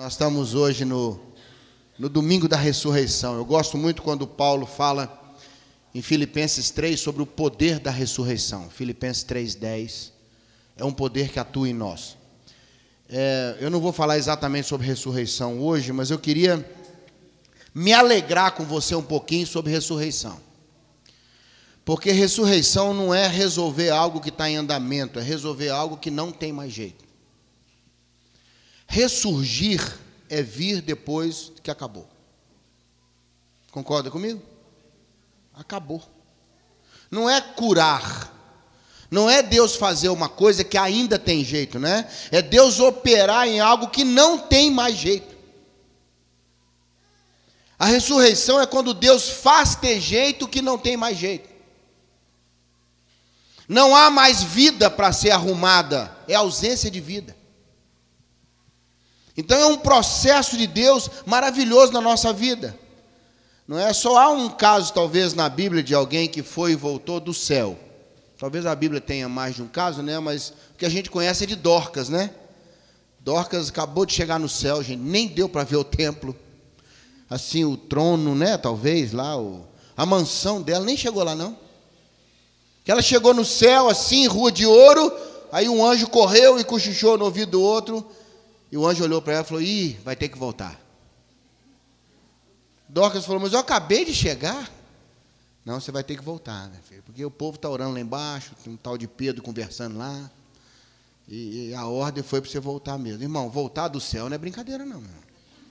Nós estamos hoje no domingo da ressurreição. Eu gosto muito quando Paulo fala em Filipenses 3 sobre o poder da ressurreição. Filipenses 3:10 é um poder que atua em nós. Eu não vou falar exatamente sobre ressurreição hoje, mas eu queria me alegrar com você um pouquinho sobre ressurreição. Porque ressurreição não é resolver algo que está em andamento, é resolver algo que não tem mais jeito. Ressurgir é vir depois que acabou. Concorda comigo? Acabou. Não é curar. Não é Deus fazer uma coisa que ainda tem jeito, né? É Deus operar em algo que não tem mais jeito. A ressurreição é quando Deus faz ter jeito que não tem mais jeito. Não há mais vida para ser arrumada, é ausência de vida. Então é um processo de Deus maravilhoso na nossa vida. Não é só há um caso talvez na Bíblia de alguém que foi e voltou do céu. Talvez a Bíblia tenha mais de um caso, né? Mas o que a gente conhece é de Dorcas, né? Dorcas acabou de chegar no céu, gente, nem deu para ver o templo. Assim, o trono, né? Talvez lá, a mansão dela, nem chegou lá não. Que ela chegou no céu, assim, rua de ouro, aí um anjo correu e cochichou no ouvido do outro, e o anjo olhou para ela e falou, vai ter que voltar. Dorcas falou, mas eu acabei de chegar. Não, você vai ter que voltar, né, filho? Porque o povo está orando lá embaixo, tem um tal de Pedro conversando lá, e a ordem foi para você voltar mesmo. Irmão, voltar do céu não é brincadeira não, meu.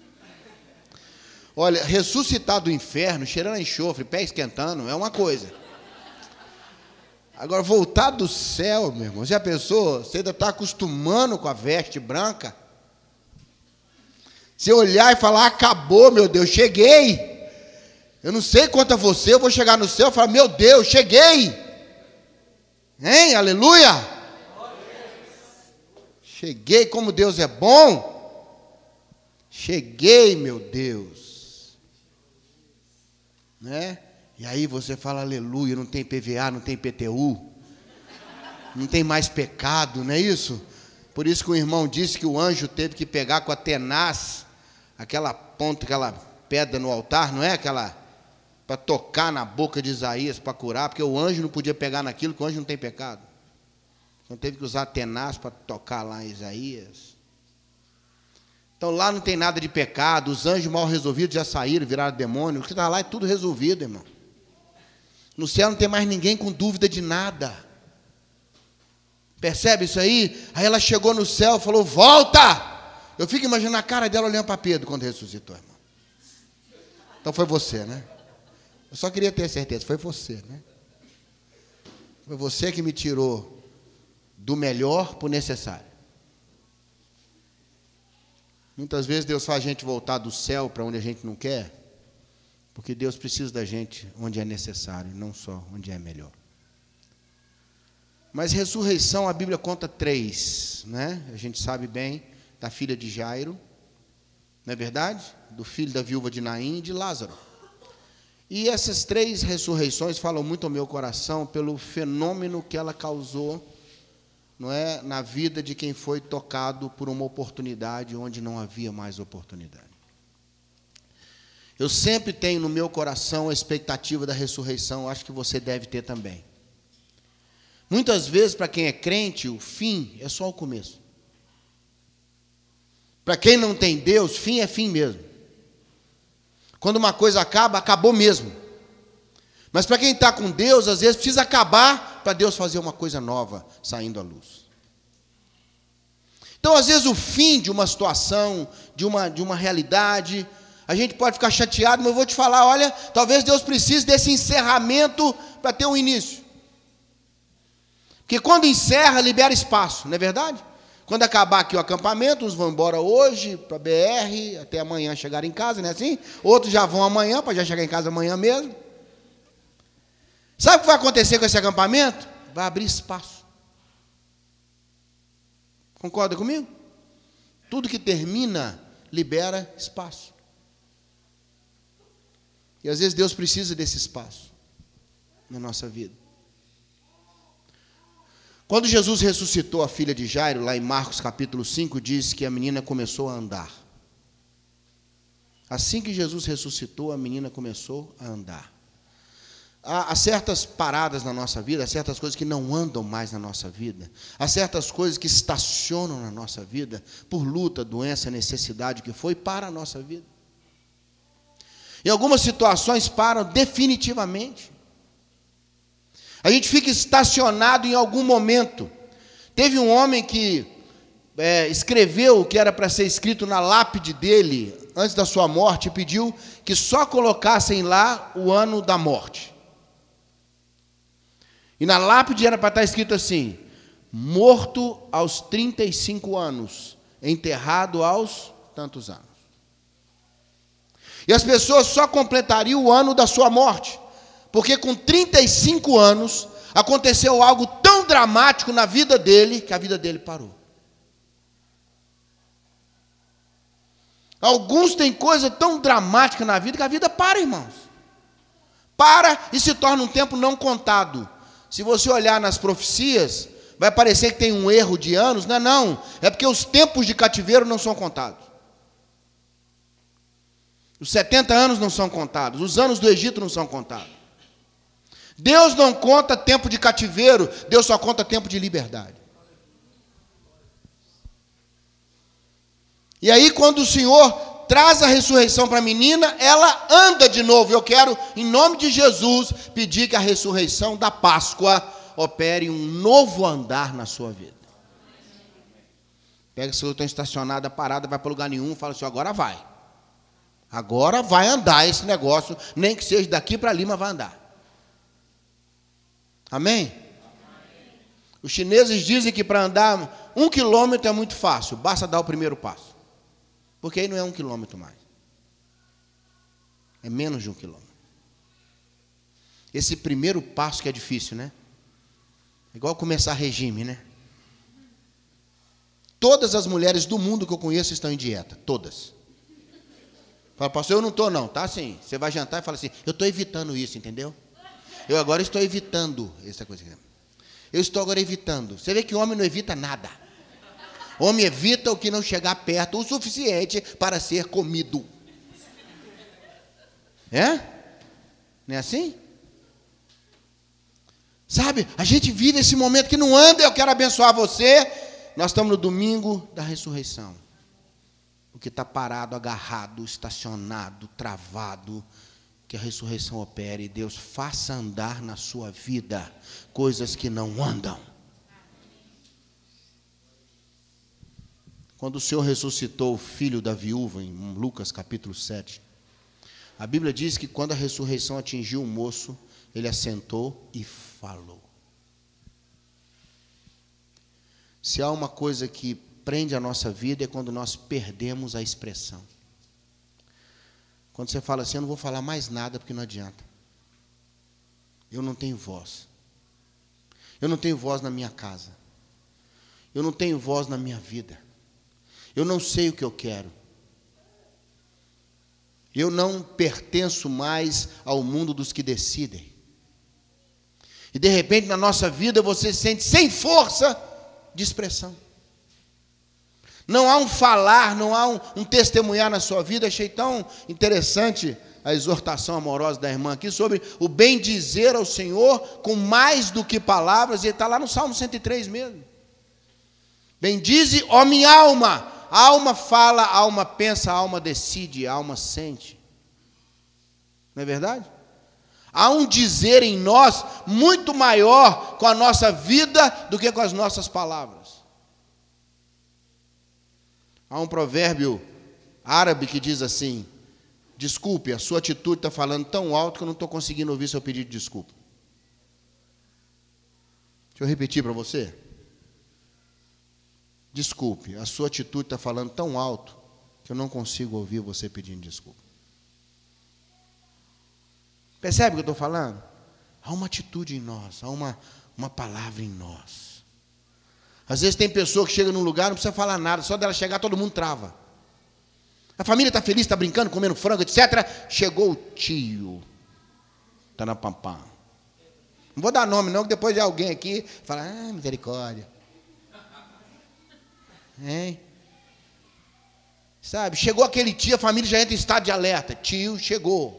Olha, ressuscitar do inferno, cheirando a enxofre, pé esquentando, é uma coisa. Agora, voltar do céu, meu irmão, já pensou? Você ainda está acostumando com a veste branca? Você olhar e falar, acabou, meu Deus, cheguei. Eu não sei quanto a você, eu vou chegar no céu e falar, meu Deus, cheguei. Hein? Aleluia. Cheguei, como Deus é bom. Cheguei, meu Deus. Né? E aí você fala, aleluia, não tem PVA, não tem PTU, não tem mais pecado, não é isso? Por isso que o irmão disse que o anjo teve que pegar com a tenaz, aquela ponta, aquela pedra no altar, não é? Aquela, para tocar na boca de Isaías, para curar, porque o anjo não podia pegar naquilo, porque o anjo não tem pecado. Então teve que usar a tenaz para tocar lá em Isaías. Então lá não tem nada de pecado, os anjos mal resolvidos já saíram, viraram demônio, o que está lá é tudo resolvido, irmão. No céu não tem mais ninguém com dúvida de nada. Percebe isso aí? Aí ela chegou no céu e falou, volta! Eu fico imaginando a cara dela olhando para Pedro quando ressuscitou, irmão. Então foi você, né? Eu só queria ter certeza, foi você, né? Foi você que me tirou do melhor para o necessário. Muitas vezes Deus faz a gente voltar do céu para onde a gente não quer, porque Deus precisa da gente onde é necessário, não só onde é melhor. Mas ressurreição, a Bíblia conta 3, né? A gente sabe bem, da filha de Jairo, não é verdade? Do filho da viúva de Naim e de Lázaro. E essas 3 ressurreições falam muito ao meu coração pelo fenômeno que ela causou, não é, na vida de quem foi tocado por uma oportunidade onde não havia mais oportunidade. Eu sempre tenho no meu coração a expectativa da ressurreição, acho que você deve ter também. Muitas vezes, para quem é crente, o fim é só o começo. Para quem não tem Deus, fim é fim mesmo. Quando uma coisa acaba, acabou mesmo. Mas para quem está com Deus, às vezes precisa acabar para Deus fazer uma coisa nova saindo à luz. Então, às vezes, o fim de uma situação, de uma realidade, a gente pode ficar chateado, mas eu vou te falar, olha, talvez Deus precise desse encerramento para ter um início. Porque quando encerra, libera espaço, não é verdade? Quando acabar aqui o acampamento, uns vão embora hoje para a BR, até amanhã chegar em casa, não é assim? Outros já vão amanhã, para já chegar em casa amanhã mesmo. Sabe o que vai acontecer com esse acampamento? Vai abrir espaço. Concorda comigo? Tudo que termina, libera espaço. E às vezes Deus precisa desse espaço na nossa vida. Quando Jesus ressuscitou a filha de Jairo, lá em Marcos capítulo 5, diz que a menina começou a andar. Assim que Jesus ressuscitou, a menina começou a andar. Há certas paradas na nossa vida, há certas coisas que não andam mais na nossa vida, há certas coisas que estacionam na nossa vida, por luta, doença, necessidade, que foi para a nossa vida. Em algumas situações param definitivamente. A gente fica estacionado em algum momento. Teve um homem que escreveu o que era para ser escrito na lápide dele, antes da sua morte, e pediu que só colocassem lá o ano da morte. E na lápide era para estar escrito assim: morto aos 35 anos, enterrado aos tantos anos. E as pessoas só completariam o ano da sua morte, porque com 35 anos aconteceu algo tão dramático na vida dele, que a vida dele parou. Alguns têm coisa tão dramática na vida que a vida para, irmãos. Para e se torna um tempo não contado. Se você olhar nas profecias, vai parecer que tem um erro de anos. Não. É porque os tempos de cativeiro não são contados. Os 70 anos não são contados. Os anos do Egito não são contados. Deus não conta tempo de cativeiro. Deus só conta tempo de liberdade. E aí, quando o Senhor traz a ressurreição para a menina, ela anda de novo. Eu quero, em nome de Jesus, pedir que a ressurreição da Páscoa opere um novo andar na sua vida. Pega se eu estou estacionada, parada, vai para lugar nenhum, fala assim: agora vai. Agora vai andar esse negócio, nem que seja daqui para ali, mas vai andar. Amém? Os chineses dizem que para andar 1 quilômetro é muito fácil, basta dar o primeiro passo. Porque aí não é 1 quilômetro mais. É menos de 1 quilômetro. Esse primeiro passo que é difícil, né? É igual começar regime, né? Todas as mulheres do mundo que eu conheço estão em dieta. Todas. Fala, pastor, eu não estou não. Tá assim, você vai jantar e fala assim: eu estou evitando isso, entendeu? Eu agora estou evitando essa coisa. Eu estou agora evitando. Você vê que o homem não evita nada. Homem evita o que não chegar perto o suficiente para ser comido. Não é assim? Sabe, a gente vive esse momento que não anda. Eu quero abençoar você. Nós estamos no domingo da ressurreição. O que está parado, agarrado, estacionado, travado, que a ressurreição opere e Deus faça andar na sua vida coisas que não andam. Quando o Senhor ressuscitou o filho da viúva, em Lucas capítulo 7, a Bíblia diz que quando a ressurreição atingiu o moço, ele assentou e falou. Se há uma coisa que prende a nossa vida é quando nós perdemos a expressão. Quando você fala assim: eu não vou falar mais nada porque não adianta. Eu não tenho voz. Eu não tenho voz na minha casa. Eu não tenho voz na minha vida. Eu não sei o que eu quero. Eu não pertenço mais ao mundo dos que decidem. E de repente na nossa vida você se sente sem força de expressão. Não há um falar, não há um testemunhar na sua vida. Achei tão interessante a exortação amorosa da irmã aqui sobre o bem dizer ao Senhor com mais do que palavras. E está lá no Salmo 103 mesmo. Bendize, ó minha alma. A alma fala, a alma pensa, a alma decide, a alma sente. Não é verdade? Há um dizer em nós muito maior com a nossa vida do que com as nossas palavras. Há um provérbio árabe que diz assim: desculpe, a sua atitude está falando tão alto que eu não estou conseguindo ouvir seu pedido de desculpa. Deixa eu repetir para você. Desculpe, a sua atitude está falando tão alto que eu não consigo ouvir você pedindo desculpa. Percebe o que eu estou falando? Há uma atitude em nós, há uma palavra em nós. Às vezes tem pessoa que chega num lugar, não precisa falar nada, só dela chegar todo mundo trava. A família está feliz, está brincando, comendo frango, etc. Chegou o tio, está na pampam. Não vou dar nome não, que depois é alguém aqui fala: ah, misericórdia. Hein? Sabe? Chegou aquele tio, a família já entra em estado de alerta. Tio chegou.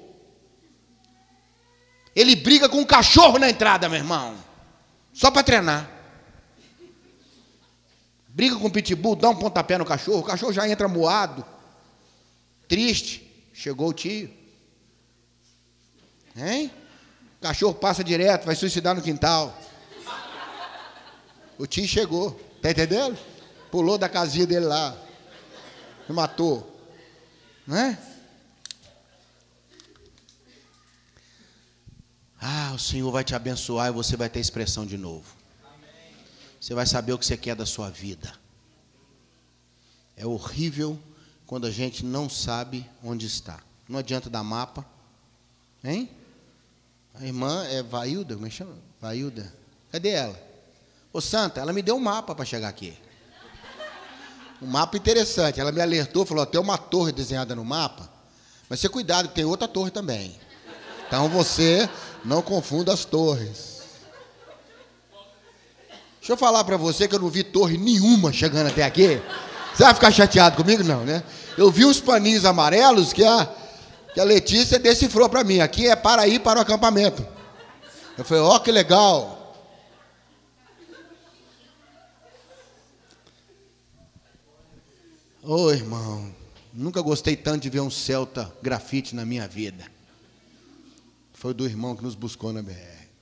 Ele briga com um cachorro na entrada, meu irmão. Só para treinar. Briga com o pitbull, dá um pontapé no cachorro. O cachorro já entra moado. Triste. Chegou o tio. Hein? O cachorro passa direto, vai suicidar no quintal. O tio chegou. Tá entendendo? Pulou da casinha dele lá. Me matou. Não é? O Senhor vai te abençoar e você vai ter expressão de novo. Você vai saber o que você quer da sua vida. É horrível quando a gente não sabe onde está. Não adianta dar mapa. Hein? A irmã é Vailda, como é que chama? Vailda. Cadê ela? Ô Santa, ela me deu um mapa para chegar aqui. Um mapa interessante. Ela me alertou, falou, tem uma torre desenhada no mapa, mas você cuidado, tem outra torre também. Então você não confunda as torres. Deixa eu falar para você que eu não vi torre nenhuma chegando até aqui. Você vai ficar chateado comigo? Não, né? Eu vi uns paninhos amarelos que a Letícia decifrou para mim. Aqui é para ir para o acampamento. Eu falei, ó, que legal. Ô, irmão, nunca gostei tanto de ver um Celta grafite na minha vida. Foi do irmão que nos buscou na BR.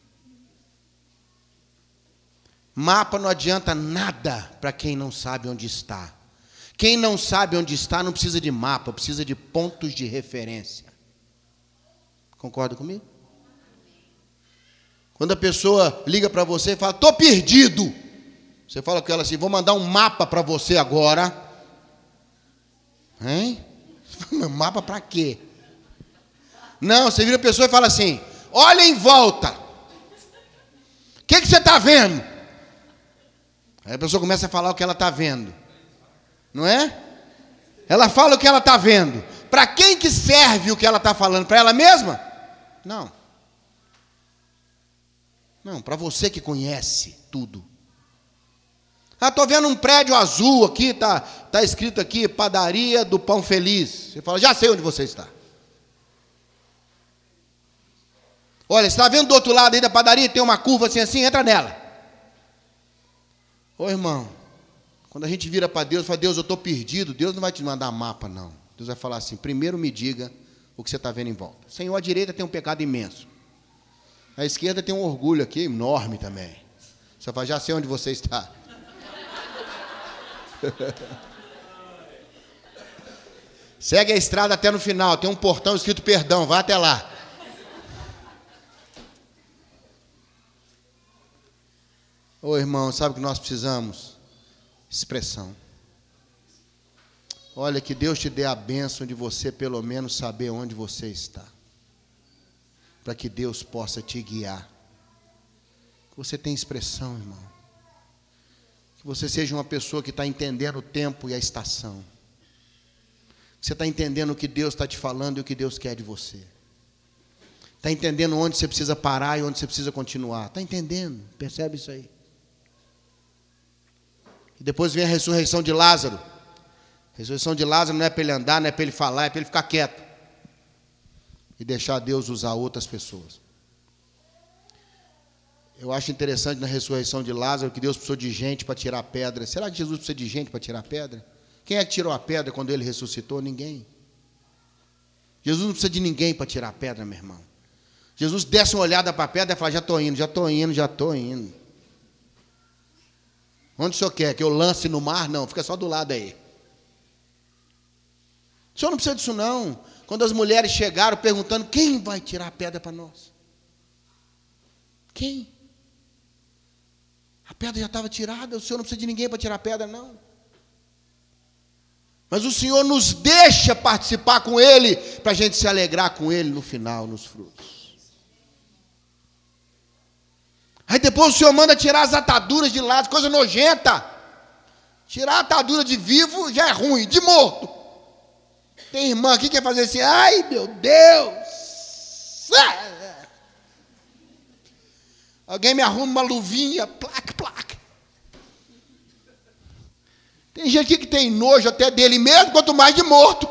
Mapa não adianta nada para quem não sabe onde está. Quem não sabe onde está não precisa de mapa, precisa de pontos de referência. Concorda comigo? Quando a pessoa liga para você e fala, estou perdido. Você fala com ela assim, vou mandar um mapa para você agora. Hein? Mapa para quê? Não, você vira a pessoa e fala assim, olha em volta. O que você está vendo? Aí a pessoa começa a falar o que ela está vendo. Não é? Ela fala o que ela está vendo. Para quem que serve o que ela está falando? Para ela mesma? Não. Não, para você que conhece tudo. Estou vendo um prédio azul aqui, tá escrito aqui, padaria do Pão Feliz. Você fala, já sei onde você está. Olha, você está vendo do outro lado aí da padaria, tem uma curva assim, entra nela. Ô irmão, quando a gente vira para Deus e fala, Deus, eu estou perdido, Deus não vai te mandar mapa, não. Deus vai falar assim, primeiro me diga o que você está vendo em volta. Senhor, à direita tem um pecado imenso. À esquerda tem um orgulho aqui, enorme também. Você fala, já sei onde você está. Segue a estrada até no final, tem um portão escrito perdão, vai até lá. Ô irmão, sabe o que nós precisamos? Expressão. Olha, que Deus te dê a bênção de você pelo menos saber onde você está. Para que Deus possa te guiar. Que você tenha expressão, irmão. Que você seja uma pessoa que está entendendo o tempo e a estação. Que você está entendendo o que Deus está te falando e o que Deus quer de você. Está entendendo onde você precisa parar e onde você precisa continuar. Está entendendo? Percebe isso aí? E depois vem a ressurreição de Lázaro. A ressurreição de Lázaro não é para ele andar, não é para ele falar, é para ele ficar quieto. E deixar Deus usar outras pessoas. Eu acho interessante na ressurreição de Lázaro que Deus precisou de gente para tirar a pedra. Será que Jesus precisa de gente para tirar a pedra? Quem é que tirou a pedra quando ele ressuscitou? Ninguém. Jesus não precisa de ninguém para tirar a pedra, meu irmão. Jesus desce uma olhada para a pedra e fala, já estou indo, já estou indo, já estou indo. Onde o senhor quer? Que eu lance no mar? Não, fica só do lado aí. O senhor não precisa disso não. Quando as mulheres chegaram perguntando, quem vai tirar a pedra para nós? Quem? A pedra já estava tirada, o senhor não precisa de ninguém para tirar a pedra, não. Mas o Senhor nos deixa participar com Ele, para a gente se alegrar com Ele no final, nos frutos. Aí depois o Senhor manda tirar as ataduras de lá, coisa nojenta. Tirar a atadura de vivo já é ruim, de morto. Tem irmã aqui que quer fazer assim, ai meu Deus. Alguém me arruma uma luvinha, placa, placa. Tem gente aqui que tem nojo até dele mesmo, quanto mais de morto.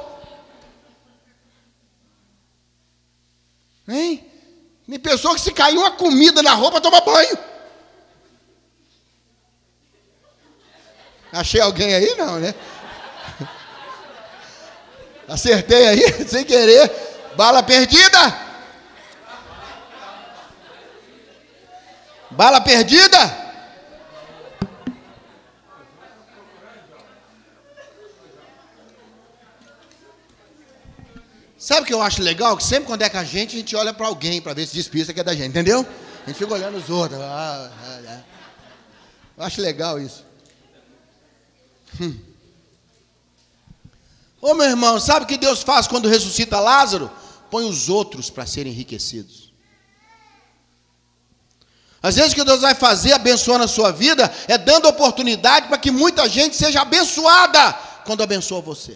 Hein? Tem pessoa que se cair uma comida na roupa, toma banho. Achei alguém aí? Não, né? Acertei aí, sem querer. Bala perdida. Bala perdida. Sabe o que eu acho legal? Que sempre quando é com a gente olha para alguém para ver se despista que é da gente, entendeu? A gente fica olhando os outros. Eu acho legal isso. Ô meu irmão, sabe o que Deus faz quando ressuscita Lázaro? Põe os outros para serem enriquecidos. Às vezes o que Deus vai fazer abençoando a sua vida é dando oportunidade para que muita gente seja abençoada quando abençoa você.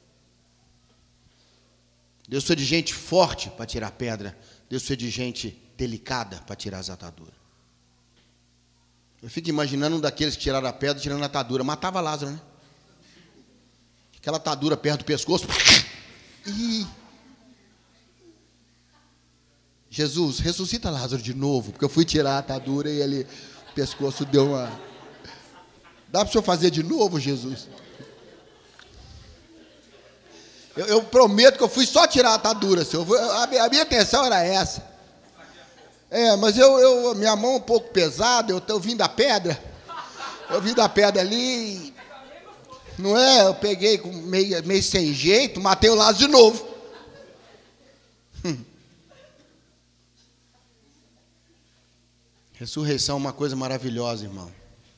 Deus precisa de gente forte para tirar pedra. Deus precisa de gente delicada para tirar as ataduras. Eu fico imaginando um daqueles que tiraram a pedra, tirando a atadura. Matava Lázaro, né? Aquela atadura perto do pescoço. Ih. Jesus, ressuscita Lázaro de novo, porque eu fui tirar a atadura e ele, o pescoço deu uma... Dá para o senhor fazer de novo, Jesus? Eu prometo que eu fui só tirar a atadura, senhor. A minha intenção era essa. Mas minha mão um pouco pesada, eu vim da pedra. Eu vim da pedra ali, não é? Eu peguei meio sem jeito, matei o Lázaro de novo. Ressurreição é uma coisa maravilhosa, irmão.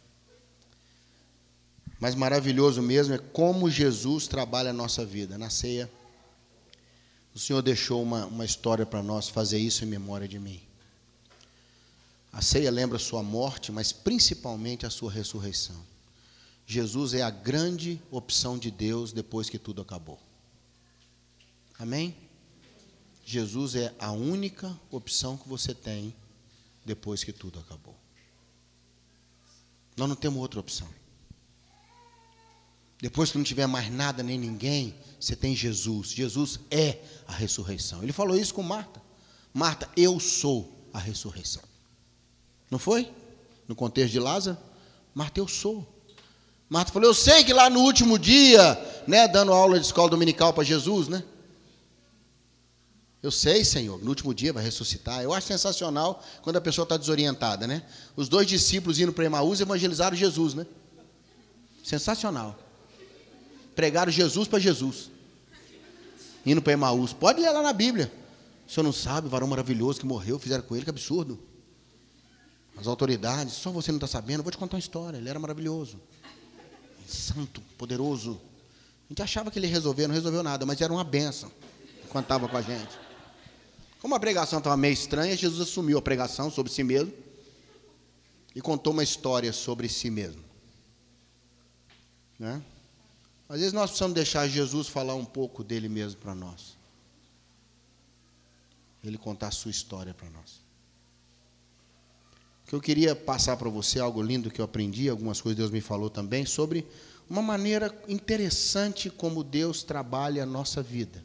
Mas maravilhoso mesmo é como Jesus trabalha a nossa vida. Na ceia, o Senhor deixou uma história para nós fazer isso em memória de mim. A ceia lembra a sua morte, mas principalmente a sua ressurreição. Jesus é a grande opção de Deus depois que tudo acabou. Amém? Jesus é a única opção que você tem depois que tudo acabou. Nós não temos outra opção. Depois que não tiver mais nada nem ninguém, você tem Jesus. Jesus é a ressurreição. Ele falou isso com Marta. Marta, eu sou a ressurreição. Não foi? No contexto de Lázaro? Marta, eu sou. Marta falou, eu sei que lá no último dia, né, dando aula de escola dominical para Jesus, né? Eu sei, Senhor, no último dia vai ressuscitar. Eu acho sensacional quando a pessoa está desorientada, né? Os 2 discípulos indo para Emaús evangelizaram Jesus, né? Sensacional. Pregaram Jesus para Jesus. Indo para Emaús. Pode ler lá na Bíblia. O senhor não sabe, o varão maravilhoso que morreu, fizeram com ele, que absurdo. As autoridades, só você não está sabendo, eu vou te contar uma história. Ele era maravilhoso. Santo, poderoso. A gente achava que ele ia resolver, não resolveu nada, mas era uma bênção enquanto estava com a gente. Como a pregação estava meio estranha, Jesus assumiu a pregação sobre si mesmo e contou uma história sobre si mesmo. Né? Às vezes nós precisamos deixar Jesus falar um pouco dele mesmo para nós. Ele contar a sua história para nós. Que eu queria passar para você algo lindo que eu aprendi, algumas coisas Deus me falou também, sobre uma maneira interessante como Deus trabalha a nossa vida.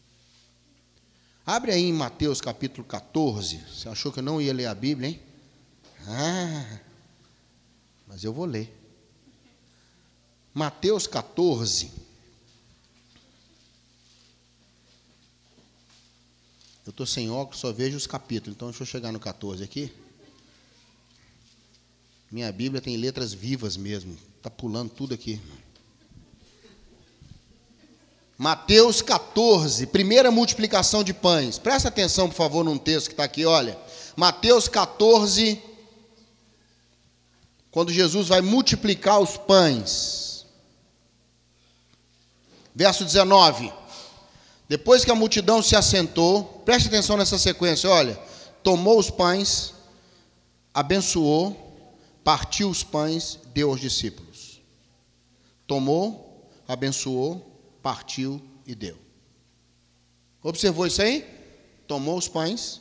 Abre aí em Mateus capítulo 14. Você achou que eu não ia ler a Bíblia, hein? Mas eu vou ler. Mateus 14. Eu estou sem óculos, só vejo os capítulos. Então, deixa eu chegar no 14 aqui. Minha Bíblia tem letras vivas mesmo. Está pulando tudo aqui. Mateus 14, primeira multiplicação de pães. Presta atenção, por favor, num texto que está aqui, olha. Mateus 14, quando Jesus vai multiplicar os pães. Verso 19. Depois que a multidão se assentou, preste atenção nessa sequência, olha. Tomou os pães, abençoou, partiu os pães, deu aos discípulos. Tomou, abençoou, partiu e deu. Observou isso aí? Tomou os pães,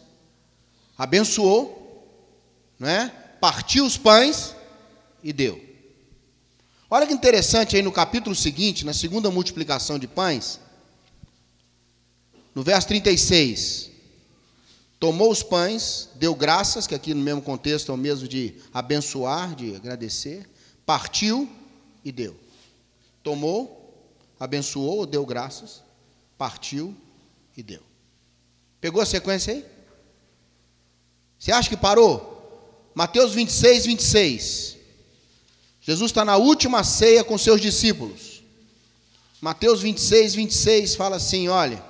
abençoou, não é? Partiu os pães e deu. Olha que interessante aí no capítulo seguinte, na segunda multiplicação de pães, no verso 36. Tomou os pães, deu graças, que aqui no mesmo contexto é o mesmo de abençoar, de agradecer, partiu e deu. Tomou, abençoou, deu graças, partiu e deu. Pegou a sequência aí? Você acha que parou? Mateus 26, 26. Jesus está na última ceia com seus discípulos. Mateus 26, 26 fala assim, olha.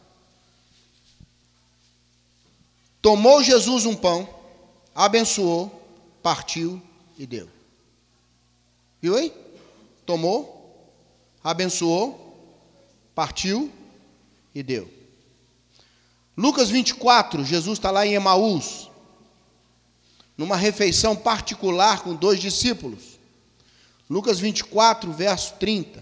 Tomou Jesus um pão, abençoou, partiu e deu. Viu aí? Tomou, abençoou, partiu e deu. Lucas 24, Jesus está lá em Emaús, numa refeição particular com 2 discípulos. Lucas 24, verso 30.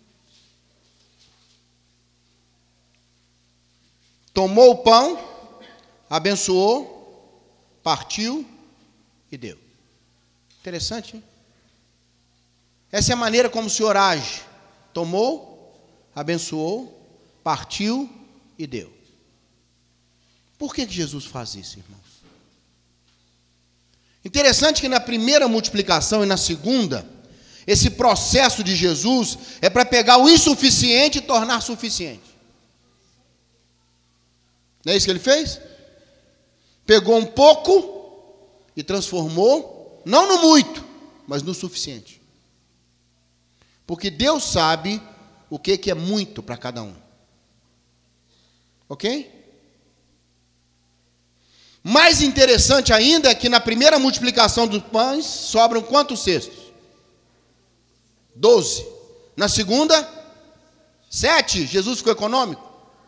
Tomou o pão, abençoou, partiu e deu. Interessante, hein? Essa é a maneira como o Senhor age. Tomou, abençoou, partiu e deu. Por que Jesus faz isso, irmãos? Interessante que na primeira multiplicação e na segunda, esse processo de Jesus é para pegar o insuficiente e tornar suficiente. Não é isso que ele fez? Pegou um pouco e transformou, não no muito, mas no suficiente. Porque Deus sabe o que é muito para cada um. Ok? Mais interessante ainda é que na primeira multiplicação dos pães sobram quantos cestos? 12. Na segunda, 7. Jesus ficou econômico.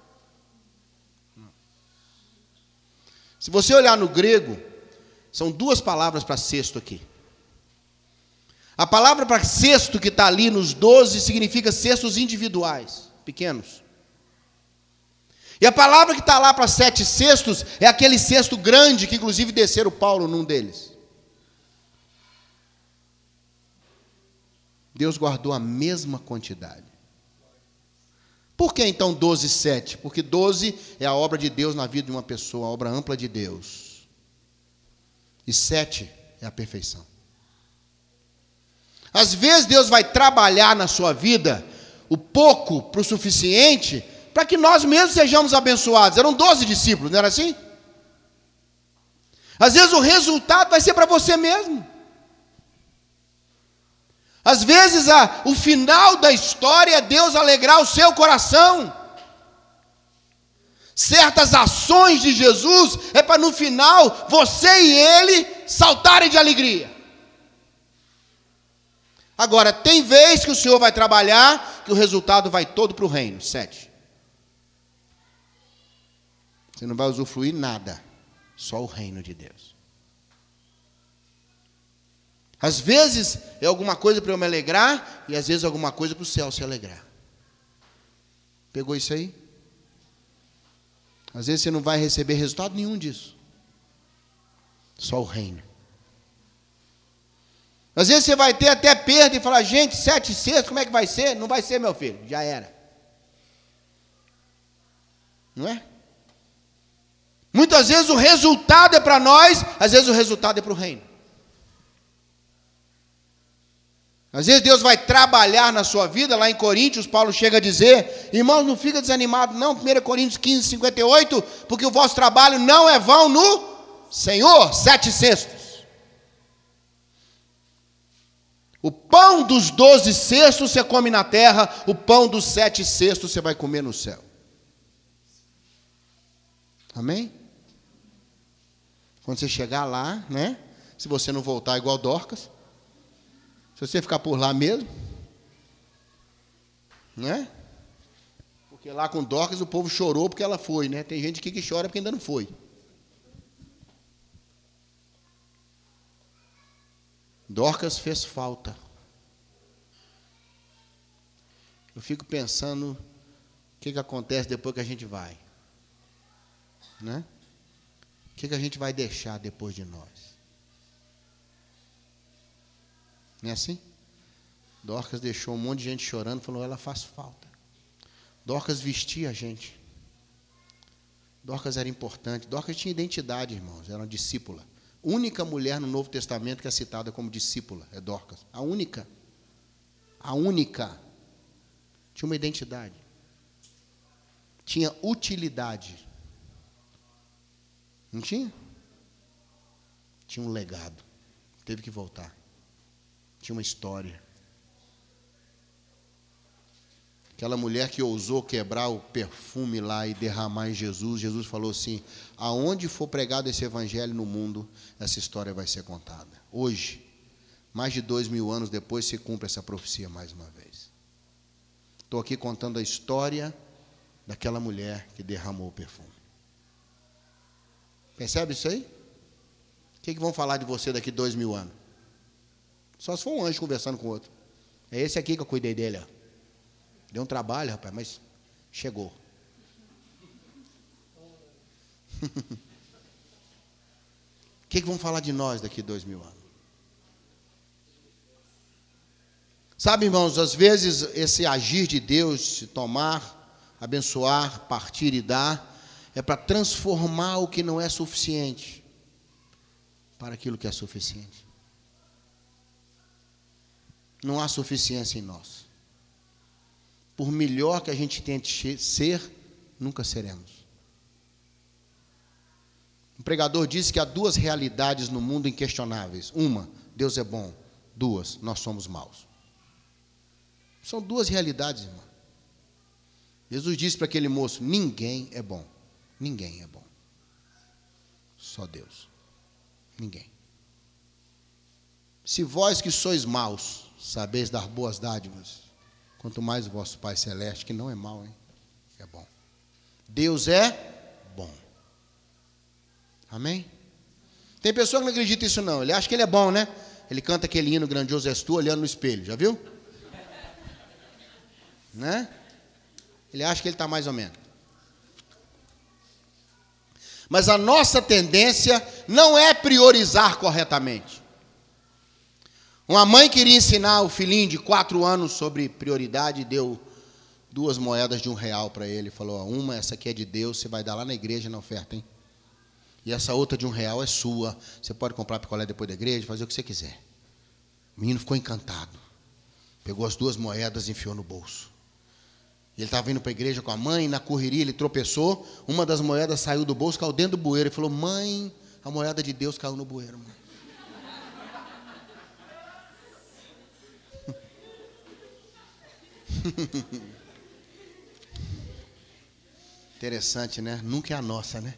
Se você olhar no grego, são 2 palavras para cesto aqui. A palavra para cesto que está ali nos 12 significa cestos individuais, pequenos. E a palavra que está lá para 7 cestos é aquele cesto grande que inclusive desceram Paulo num deles. Deus guardou a mesma quantidade. Por que então 12, 7? Porque 12 é a obra de Deus na vida de uma pessoa, a obra ampla de Deus. E 7 é a perfeição. Às vezes Deus vai trabalhar na sua vida o pouco para o suficiente, para que nós mesmos sejamos abençoados. Eram 12 discípulos, não era assim? Às vezes o resultado vai ser para você mesmo. Às vezes o final da história é Deus alegrar o seu coração. Certas ações de Jesus é para no final você e ele saltarem de alegria. Agora, tem vez que o Senhor vai trabalhar, que o resultado vai todo para o reino. 7. Você não vai usufruir nada, só o reino de Deus. Às vezes é alguma coisa para eu me alegrar, e às vezes alguma coisa para o céu se alegrar. Pegou isso aí? Às vezes você não vai receber resultado nenhum disso. Só o reino. Às vezes você vai ter até perda e falar, gente, 7 cestos, como é que vai ser? Não vai ser, meu filho, já era. Não é? Muitas vezes o resultado é para nós, às vezes o resultado é para o reino. Às vezes Deus vai trabalhar na sua vida, lá em Coríntios, Paulo chega a dizer, irmãos, não fica desanimado não, 1 Coríntios 15, 58, porque o vosso trabalho não é vão no Senhor, 7 cestos. O pão dos 12 cestos você come na terra, o pão dos 7 cestos você vai comer no céu. Amém? Quando você chegar lá, né? Se você não voltar igual Dorcas, se você ficar por lá mesmo, né? Porque lá com Dorcas o povo chorou porque ela foi, né? Tem gente aqui que chora porque ainda não foi. Dorcas fez falta. Eu fico pensando o que acontece depois que a gente vai, né? O que a gente vai deixar depois de nós? Não é assim? Dorcas deixou um monte de gente chorando, falou, ela faz falta. Dorcas vestia a gente. Dorcas era importante. Dorcas tinha identidade, irmãos, era uma discípula. Única mulher no Novo Testamento que é citada como discípula é Dorcas. A única. A única. Tinha uma identidade. Tinha utilidade. Não tinha? Tinha um legado. Teve que voltar. Tinha uma história. Aquela mulher que ousou quebrar o perfume lá e derramar em Jesus, Jesus falou assim, aonde for pregado esse evangelho no mundo, essa história vai ser contada. Hoje, mais de 2000 anos depois, se cumpre essa profecia mais uma vez. Estou aqui contando a história daquela mulher que derramou o perfume. Percebe isso aí? O que vão falar de você daqui 2000 anos? Só se for um anjo conversando com o outro. É esse aqui que eu cuidei dele, ó. Deu um trabalho, rapaz, mas chegou. O que vão falar de nós daqui 2000 anos? Sabe, irmãos, às vezes esse agir de Deus, se tomar, abençoar, partir e dar, é para transformar o que não é suficiente para aquilo que é suficiente. Não há suficiência em nós. Por melhor que a gente tente ser, nunca seremos. Um pregador disse que há duas realidades no mundo inquestionáveis. Uma, Deus é bom. Duas, nós somos maus. São duas realidades, irmão. Jesus disse para aquele moço, ninguém é bom. Ninguém é bom. Só Deus. Ninguém. Se vós que sois maus, sabeis dar boas dádivas, quanto mais o vosso Pai Celeste, que não é mau, hein? É bom. Deus é bom. Amém? Tem pessoa que não acredita nisso não. Ele acha que ele é bom, né? Ele canta aquele hino grandioso és tu, olhando no espelho. Já viu? Né? Ele acha que ele está mais ou menos. Mas a nossa tendência não é priorizar corretamente. Uma mãe queria ensinar o filhinho de 4 anos sobre prioridade e deu 2 moedas de R$1 para ele. Falou, uma, essa aqui é de Deus, você vai dar lá na igreja na oferta, hein? E essa outra de R$1 é sua. Você pode comprar picolé depois da igreja, fazer o que você quiser. O menino ficou encantado. Pegou as 2 moedas e enfiou no bolso. Ele estava indo para a igreja com a mãe, na correria ele tropeçou, uma das moedas saiu do bolso, caiu dentro do bueiro. Ele falou, mãe, a moeda de Deus caiu no bueiro, mãe. Interessante, né? Nunca é a nossa, né?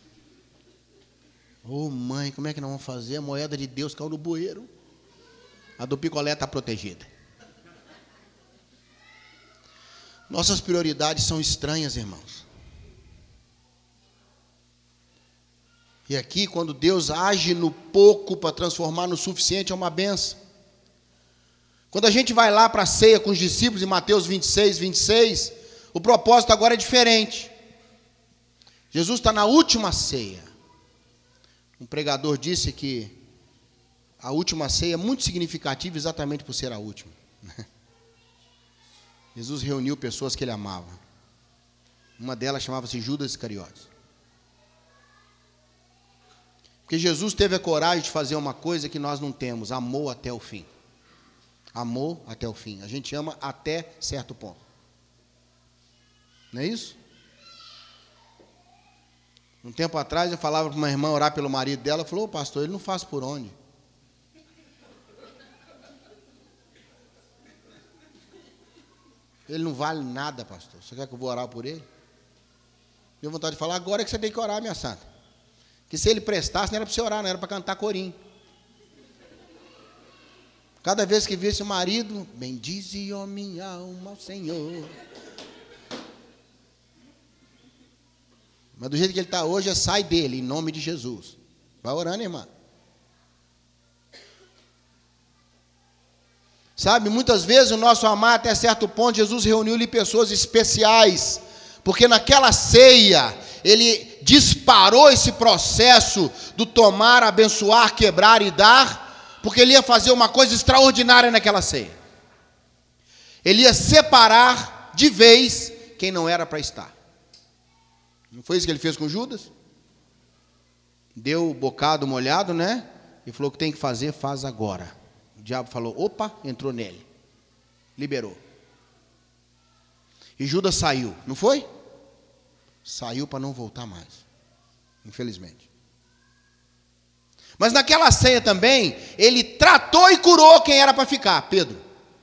Ô mãe, como é que nós vamos fazer? A moeda de Deus caiu no bueiro. A do picolé está protegida. Nossas prioridades são estranhas, irmãos. E aqui, quando Deus age no pouco para transformar no suficiente, é uma benção. Quando a gente vai lá para a ceia com os discípulos, em Mateus 26, 26, o propósito agora é diferente. Jesus está na última ceia. Um pregador disse que a última ceia é muito significativa exatamente por ser a última. Jesus reuniu pessoas que ele amava. Uma delas chamava-se Judas Iscariotes. Porque Jesus teve a coragem de fazer uma coisa que nós não temos, amou até o fim. Amou até o fim. A gente ama até certo ponto. Não é isso? Um tempo atrás eu falava para uma irmã orar pelo marido dela, falou, pastor, ele não faz por onde? Ele não vale nada, pastor. Você quer que eu vou orar por ele? Deu vontade de falar, agora é que você tem que orar, minha santa. Que se ele prestasse, não era para você orar, não era para cantar corinho. Cada vez que visse o marido, bendize, ó minha alma, ao Senhor. Mas do jeito que ele está hoje, sai dele, em nome de Jesus. Vai orando, irmã. Sabe, muitas vezes o nosso amar até certo ponto, Jesus reuniu-lhe pessoas especiais, porque naquela ceia, ele disparou esse processo do tomar, abençoar, quebrar e dar, porque ele ia fazer uma coisa extraordinária naquela ceia. Ele ia separar de vez quem não era para estar. Não foi isso que ele fez com Judas? Deu o bocado molhado, né? E falou: o que tem que fazer, faz agora. O diabo falou: opa, entrou nele. Liberou. E Judas saiu, não foi? Saiu para não voltar mais, infelizmente. Mas naquela ceia também, ele tratou e curou quem era para ficar, Pedro.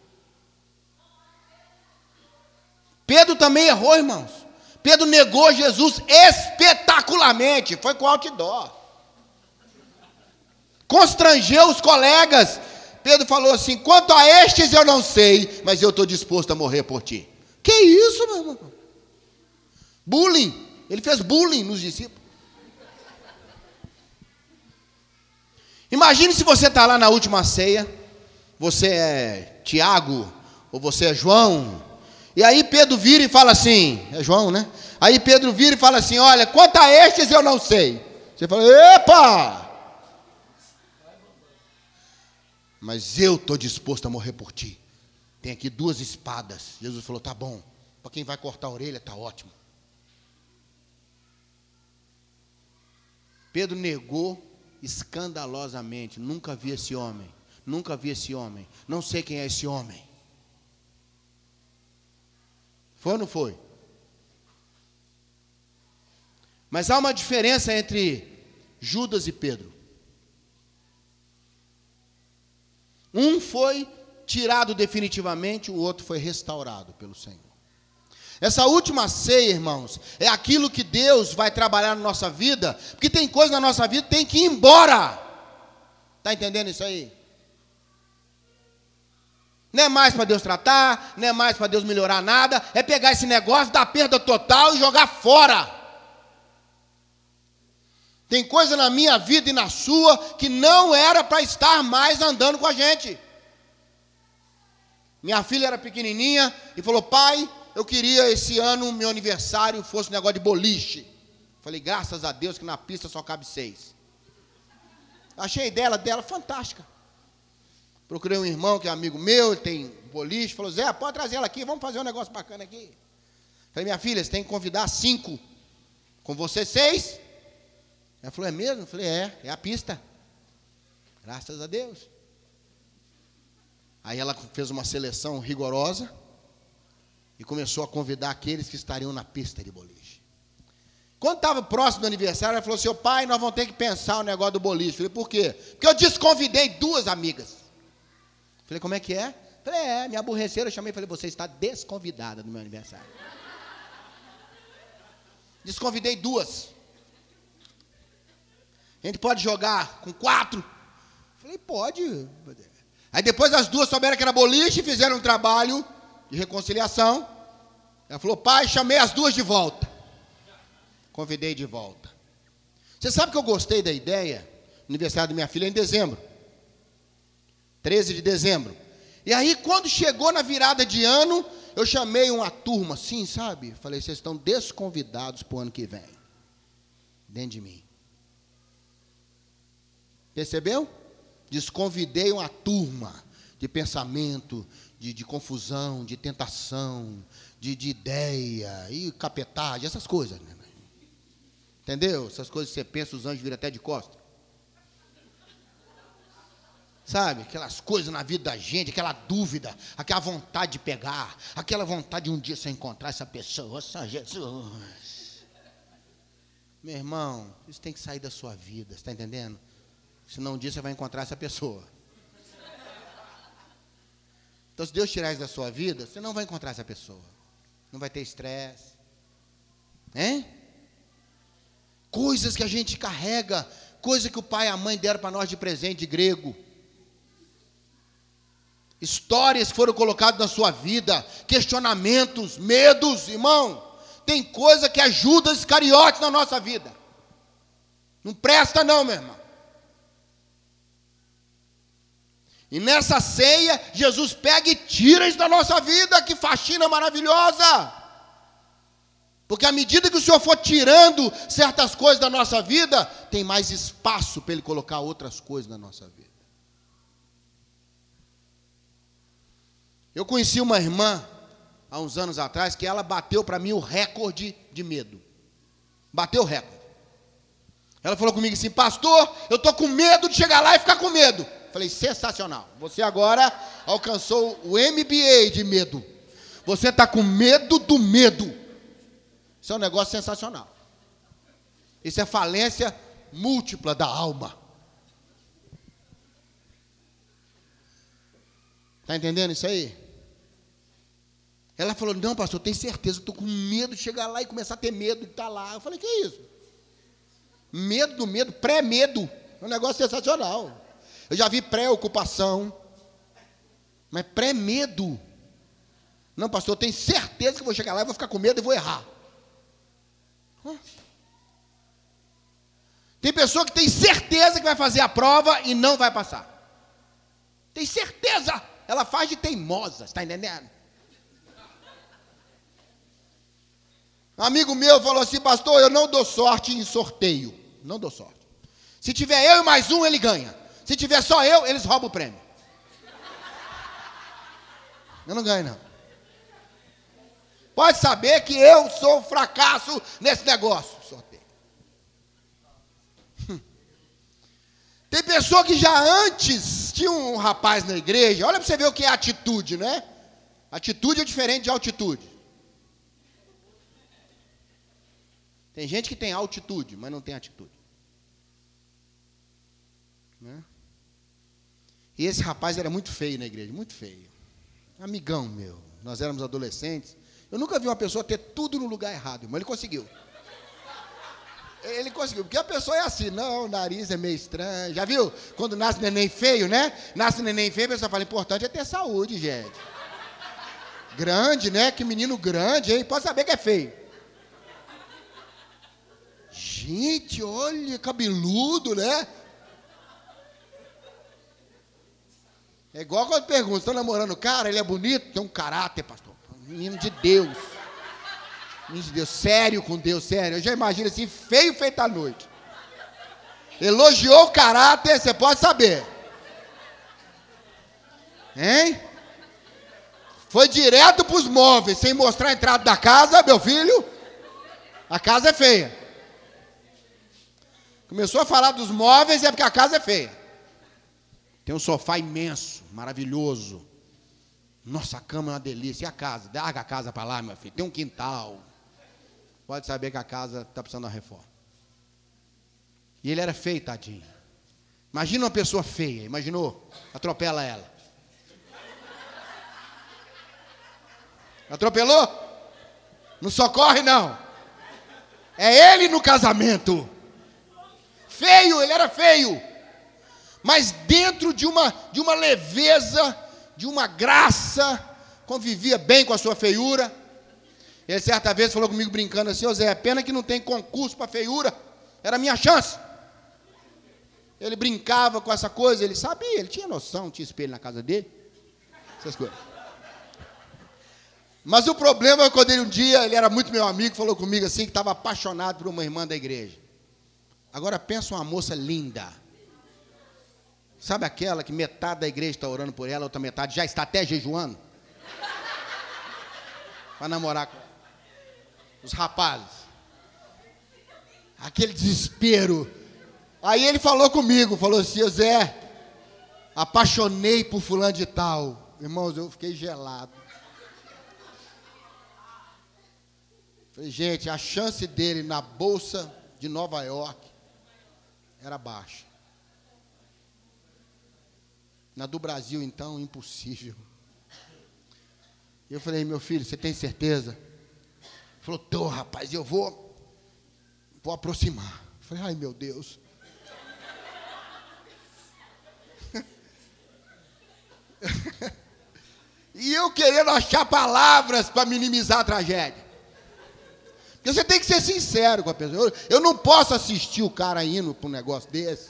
Pedro também errou, irmãos. Pedro negou Jesus espetacularmente, foi com outdoor. Constrangeu os colegas. Pedro falou assim: quanto a estes eu não sei, mas eu estou disposto a morrer por ti. Que isso, meu irmão? Bullying. Ele fez bullying nos discípulos. Imagine se você está lá na última ceia, você é Tiago, ou você é João, e aí Pedro vira e fala assim, é João, né? Aí Pedro vira e fala assim: olha, quanto a estes eu não sei. Você fala: epa! Mas eu estou disposto a morrer por ti. Tem aqui 2 espadas. Jesus falou: tá bom, para quem vai cortar a orelha está ótimo. Pedro negou escandalosamente: nunca vi esse homem, nunca vi esse homem, não sei quem é esse homem. Foi ou não foi? Mas há uma diferença entre Judas e Pedro. Um foi tirado definitivamente, o outro foi restaurado pelo Senhor. Essa última ceia, irmãos, é aquilo que Deus vai trabalhar na nossa vida, porque tem coisa na nossa vida que tem que ir embora. Está entendendo isso aí? Não é mais para Deus tratar, não é mais para Deus melhorar nada, é pegar esse negócio, dar perda total e jogar fora. Tem coisa na minha vida e na sua que não era para estar mais andando com a gente. Minha filha era pequenininha e falou: pai, eu queria esse ano, meu aniversário, fosse um negócio de boliche. Falei: graças a Deus que na pista só cabe 6. Achei a ideia dela fantástica. Procurei um irmão que é amigo meu, ele tem boliche. Falou: Zé, pode trazer ela aqui, vamos fazer um negócio bacana aqui. Falei: minha filha, você tem que convidar 5. Com você 6. Ela falou: é mesmo? Eu falei: é a pista. Graças a Deus. Aí ela fez uma seleção rigorosa e começou a convidar aqueles que estariam na pista de boliche. Quando estava próximo do aniversário, ela falou: seu pai, nós vamos ter que pensar o negócio do boliche. Eu falei: por quê? Porque eu desconvidei 2 amigas. Eu falei: como é que é? Eu falei: me aborreceram, eu chamei e falei: você está desconvidada no meu aniversário. Desconvidei 2. A gente pode jogar com 4? Eu falei: pode. Aí depois as 2 souberam que era boliche e fizeram um trabalho de reconciliação. Ela falou: pai, chamei as 2 de volta. Convidei de volta. Você sabe que eu gostei da ideia? O aniversário da minha filha é em dezembro. 13 de dezembro. E aí quando chegou na virada de ano, eu chamei uma turma assim, sabe? Falei: vocês estão desconvidados para o ano que vem. Dentro de mim. Percebeu? Desconvidei uma turma de pensamento, de confusão, de tentação, de ideia e capetagem, essas coisas. Né? Entendeu? Essas coisas que você pensa, os anjos viram até de costas. Sabe? Aquelas coisas na vida da gente, aquela dúvida, aquela vontade de pegar, aquela vontade de um dia você encontrar essa pessoa, só Jesus. Meu irmão, isso tem que sair da sua vida, você está entendendo? Senão um dia você vai encontrar essa pessoa. Então, se Deus tirar isso da sua vida, você não vai encontrar essa pessoa. Não vai ter estresse. Hein? Coisas que a gente carrega, coisa que o pai e a mãe deram para nós de presente de grego. Histórias que foram colocadas na sua vida, questionamentos, medos, irmão. Tem coisa que é Judas Iscariote na nossa vida. Não presta não, meu irmão. E nessa ceia, Jesus pega e tira isso da nossa vida, que faxina maravilhosa. Porque à medida que o Senhor for tirando certas coisas da nossa vida, tem mais espaço para Ele colocar outras coisas na nossa vida. Eu conheci uma irmã, há uns anos atrás, que ela bateu para mim o recorde de medo. Bateu o recorde. Ela falou comigo assim: pastor, eu estou com medo de chegar lá e ficar com medo. Falei: sensacional. Você agora alcançou o MBA de medo. Você está com medo do medo. Isso é um negócio sensacional. Isso é falência múltipla da alma. Está entendendo isso aí? Ela falou: não, pastor, eu tenho certeza, eu estou com medo de chegar lá e começar a ter medo de estar lá. Eu falei: que é isso? Medo do medo, pré-medo. É um negócio sensacional. Eu já vi pré-ocupação, mas pré-medo. Não, pastor, eu tenho certeza que vou chegar lá e vou ficar com medo e vou errar. Tem pessoa que tem certeza que vai fazer a prova e não vai passar. Tem certeza. Ela faz de teimosa, está entendendo? Um amigo meu falou assim: pastor, eu não dou sorte em sorteio. Não dou sorte. Se tiver eu e mais um, ele ganha. Se tiver só eu, eles roubam o prêmio. Eu não ganho, não. Pode saber que eu sou um fracasso nesse negócio. Sorteio. Tem pessoa que já antes tinha um rapaz na igreja. Olha para você ver o que é atitude, né? Atitude é diferente de altitude. Tem gente que tem altitude, mas não tem atitude. Né? E esse rapaz era muito feio na igreja, muito feio. Amigão meu. Nós éramos adolescentes. Eu nunca vi uma pessoa ter tudo no lugar errado, mas ele conseguiu. Ele conseguiu, porque a pessoa é assim: não, o nariz é meio estranho. Já viu? Quando nasce neném feio, né? Nasce neném feio, a pessoa fala: importante é ter saúde, gente. Grande, né? Que menino grande, hein? Pode saber que é feio. Gente, olha, cabeludo, né? É igual quando perguntam: estão namorando o cara, ele é bonito? Tem um caráter, pastor. Menino de Deus. Menino de Deus, sério com Deus, sério. Eu já imagino assim, feio feito à noite. Elogiou o caráter, você pode saber. Hein? Foi direto para os móveis, sem mostrar a entrada da casa, meu filho. A casa é feia. Começou a falar dos móveis, é porque a casa é feia. Tem um sofá imenso, maravilhoso. Nossa, a cama é uma delícia. E a casa? Larga a casa para lá, meu filho. Tem um quintal. Pode saber que a casa está precisando de uma reforma. E ele era feio, tadinho. Imagina uma pessoa feia, imaginou? Atropela ela. Atropelou? Não socorre, não. É ele no casamento. Feio, ele era feio. Mas dentro de uma leveza, de uma graça, convivia bem com a sua feiura. Ele certa vez falou comigo brincando assim: ô Zé, pena que não tem concurso para feiura, era a minha chance. Ele brincava com essa coisa, ele sabia, ele tinha noção, tinha espelho na casa dele, essas coisas. Mas o problema é quando um dia, ele era muito meu amigo, falou comigo assim, que estava apaixonado por uma irmã da igreja. Agora pensa uma moça linda. Sabe aquela que metade da igreja está orando por ela, outra metade já está até jejuando? Para namorar com os rapazes. Aquele desespero. Aí ele falou comigo, falou assim: Zé, apaixonei por fulano de tal. Irmãos, eu fiquei gelado. Falei: gente, a chance dele na Bolsa de Nova York era baixa. Na do Brasil, então, impossível. Eu falei: meu filho, você tem certeza? Ele falou: tô, rapaz, eu vou aproximar. Eu falei: ai, meu Deus. E eu querendo achar palavras para minimizar a tragédia. Porque você tem que ser sincero com a pessoa. Eu não posso assistir o cara indo para um negócio desse.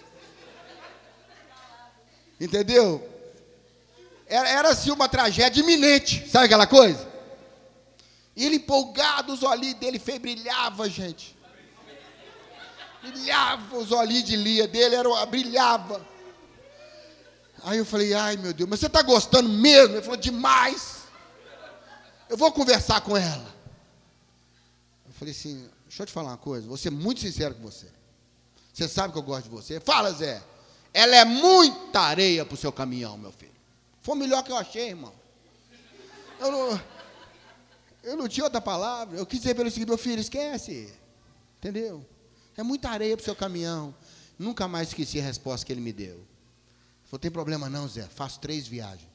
Entendeu? Era assim uma tragédia iminente. Sabe aquela coisa? E ele empolgado, os olhinhos dele brilhava, gente. Brilhava, os olhinhos de Lia dele brilhava. Aí eu falei, ai meu Deus, mas você está gostando mesmo? Ele falou, demais. Eu vou conversar com ela. Eu falei assim, deixa eu te falar uma coisa, vou ser muito sincero com você. Você sabe que eu gosto de você. Fala, Zé. Ela é muita areia para o seu caminhão, meu filho. Foi o melhor que eu achei, irmão. Eu não tinha outra palavra. Eu quis dizer pelo seguinte, meu filho, esquece. Entendeu? É muita areia para o seu caminhão. Nunca mais esqueci a resposta que ele me deu. Ele falou, tem problema não, Zé. Faço 3 viagens.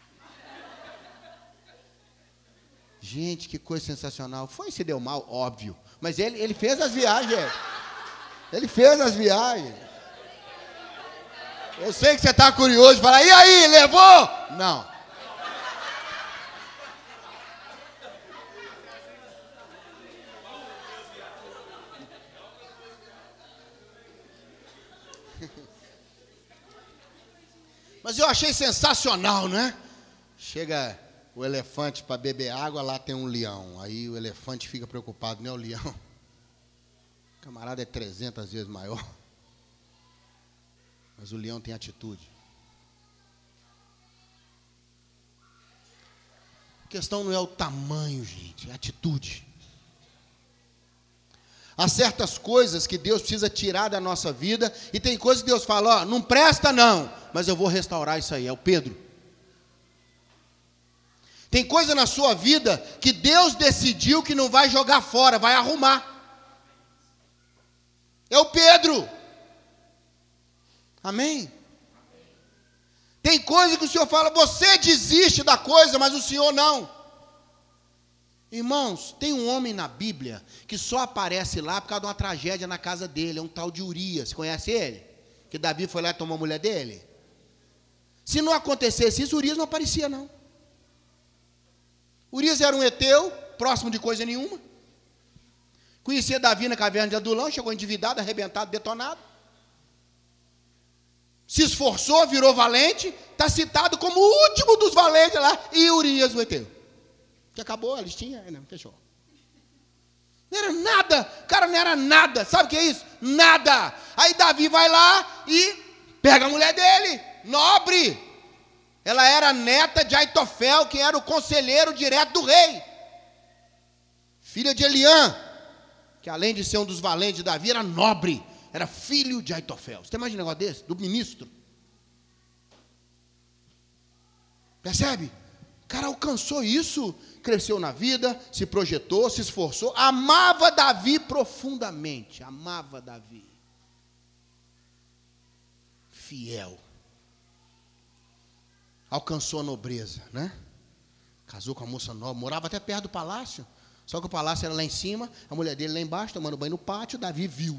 Gente, que coisa sensacional. Foi se deu mal, óbvio. Mas ele fez as viagens. Ele fez as viagens. Eu sei que você está curioso. Fala, e aí, levou? Não. Mas eu achei sensacional, né? Chega o elefante para beber água, lá tem um leão. Aí o elefante fica preocupado, né? O leão. O camarada é 300 vezes maior. Mas o leão tem atitude. A questão não é o tamanho, gente, é a atitude. Há certas coisas que Deus precisa tirar da nossa vida, e tem coisas que Deus fala, ó, não presta não, mas eu vou restaurar isso aí, é o Pedro. Tem coisa na sua vida que Deus decidiu que não vai jogar fora, vai arrumar. É o Pedro. Amém? Tem coisa que o Senhor fala, você desiste da coisa, mas o Senhor não. Irmãos, tem um homem na Bíblia que só aparece lá por causa de uma tragédia na casa dele, é um tal de Urias. Conhece ele? Que Davi foi lá e tomou a mulher dele? Se não acontecesse isso, Urias não aparecia não. Urias era um heteu, próximo de coisa nenhuma. Conhecia Davi na caverna de Adulão, chegou endividado, arrebentado, detonado. Se esforçou, virou valente, está citado como o último dos valentes lá, e Urias o heteu. Que acabou a listinha, não, fechou. Não era nada, cara, não era nada. Sabe o que é isso? Nada. Aí Davi vai lá e pega a mulher dele, nobre. Ela era neta de Aitofel, que era o conselheiro direto do rei. Filha de Eliã, que além de ser um dos valentes de Davi, era nobre. Era filho de Aitofel. Você tem mais um negócio desse? Do ministro. Percebe? O cara alcançou isso, cresceu na vida, se projetou, se esforçou, amava Davi profundamente, amava Davi. Fiel. Alcançou a nobreza, né? Casou com a moça nova, morava até perto do palácio, só que o palácio era lá em cima, a mulher dele lá embaixo, tomando banho no pátio, Davi viu.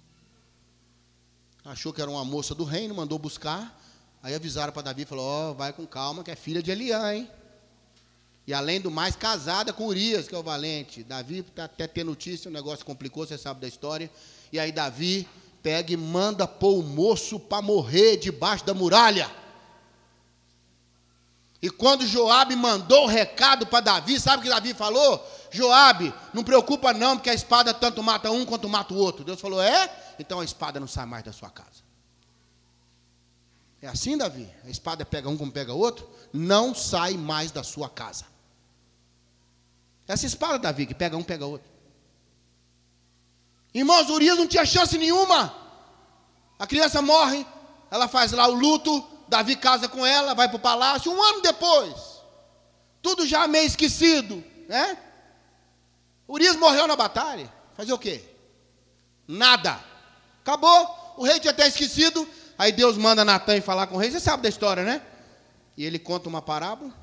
Achou que era uma moça do reino, mandou buscar, aí avisaram para Davi, falou, ó, vai com calma, que é filha de Eliã, hein? E além do mais, casada com Urias, que é o valente. Davi está até tendo notícia, o negócio complicou, você sabe da história. E aí Davi pega e manda pôr o moço para morrer debaixo da muralha. E quando Joabe mandou o recado para Davi, sabe o que Davi falou? Joabe, não preocupa não, porque a espada tanto mata um quanto mata o outro. Deus falou, é? Então a espada não sai mais da sua casa. É assim, Davi? A espada pega um como pega outro, não sai mais da sua casa. Essa espada, Davi, que pega um, pega outro. Irmãos, Urias não tinha chance nenhuma. A criança morre, ela faz lá o luto, Davi casa com ela, vai para o palácio, 1 ano depois. Tudo já meio esquecido, né? Urias morreu na batalha. Fazer o quê? Nada. Acabou, o rei tinha até esquecido. Aí Deus manda Natan ir falar com o rei. Você sabe da história, né? E ele conta uma parábola.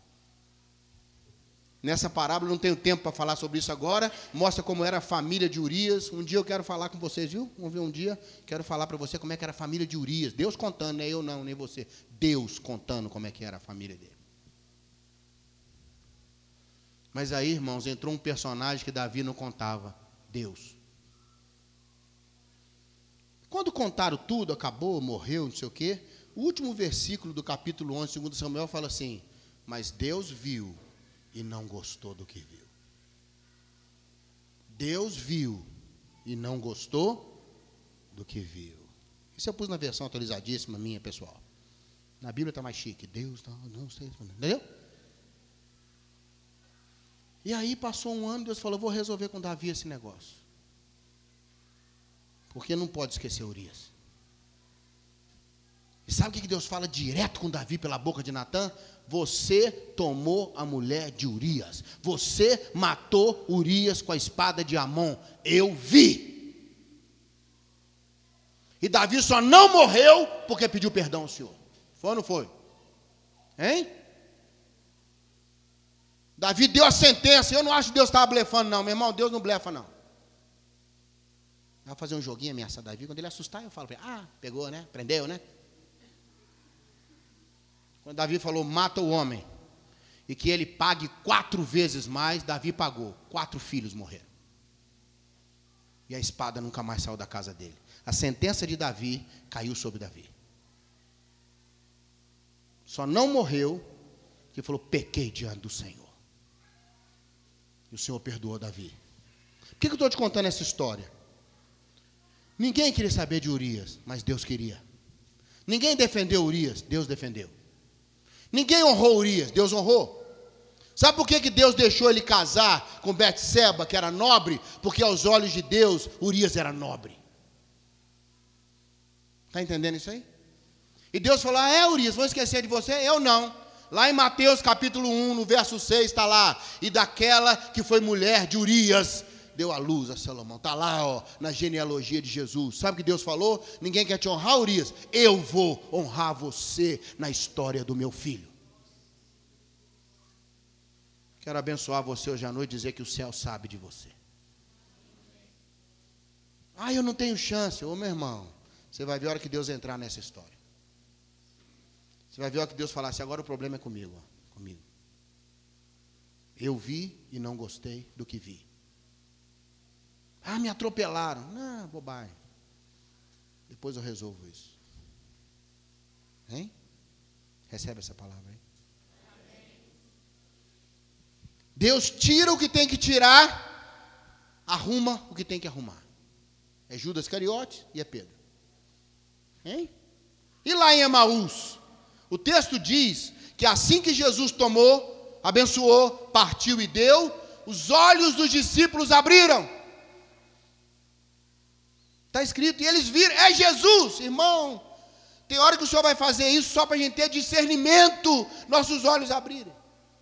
Nessa parábola, não tenho tempo para falar sobre isso agora. Mostra como era a família de Urias. Um dia eu quero falar com vocês, viu? Vamos ver um dia. Quero falar para você como é que era a família de Urias. Deus contando, não é eu não, nem você. Deus contando como é que era a família dele. Mas aí, irmãos, entrou um personagem que Davi não contava. Deus. Quando contaram tudo, acabou, morreu, não sei o quê. O último versículo do capítulo 11, 2 Samuel, fala assim, mas Deus viu e não gostou do que viu. Deus viu e não gostou do que viu. Isso eu pus na versão atualizadíssima minha, pessoal. Na Bíblia está mais chique. Deus não sei. Entendeu? E aí passou um ano, Deus falou, vou resolver com Davi esse negócio. Porque não pode esquecer Urias. E sabe o que Deus fala direto com Davi pela boca de Natã? Você tomou a mulher de Urias. Você matou Urias com a espada de Amon. Eu vi. E Davi só não morreu porque pediu perdão ao Senhor. Foi ou não foi? Hein? Davi deu a sentença. Eu não acho que Deus estava blefando, não. Meu irmão, Deus não blefa, não. Vai fazer um joguinho, ameaçar Davi. Quando ele assustar, eu falo para ele, pegou, né? Prendeu, né? Quando Davi falou, mata o homem, e que ele pague 4 vezes mais, Davi pagou. 4 filhos morreram. E a espada nunca mais saiu da casa dele. A sentença de Davi caiu sobre Davi. Só não morreu, que falou, pequei diante do Senhor. E o Senhor perdoou Davi. Por que eu estou te contando essa história? Ninguém queria saber de Urias, mas Deus queria. Ninguém defendeu Urias, Deus defendeu. Ninguém honrou Urias, Deus honrou. Sabe por que Deus deixou ele casar com Betseba, que era nobre? Porque aos olhos de Deus, Urias era nobre. Está entendendo isso aí? E Deus falou, Urias, vão esquecer de você? Eu não. Lá em Mateus capítulo 1, no verso 6, está lá. E daquela que foi mulher de Urias, deu a luz a Salomão. Está lá, na genealogia de Jesus. Sabe o que Deus falou? Ninguém quer te honrar, Urias. Eu vou honrar você na história do meu filho. Quero abençoar você hoje à noite e dizer que o céu sabe de você. Eu não tenho chance. Ô, meu irmão, você vai ver a hora que Deus entrar nessa história. Você vai ver a hora que Deus falar assim, agora o problema é comigo. Comigo. Eu vi e não gostei do que vi. Me atropelaram. Não, bobagem. Depois eu resolvo isso. Hein? Recebe essa palavra aí. Deus tira o que tem que tirar, arruma o que tem que arrumar. É Judas Iscariote e é Pedro. Hein? E lá em Emaús, o texto diz que assim que Jesus tomou, abençoou, partiu e deu, os olhos dos discípulos abriram. Está escrito, e eles viram, é Jesus, irmão. Tem hora que o Senhor vai fazer isso só para a gente ter discernimento, nossos olhos abrirem.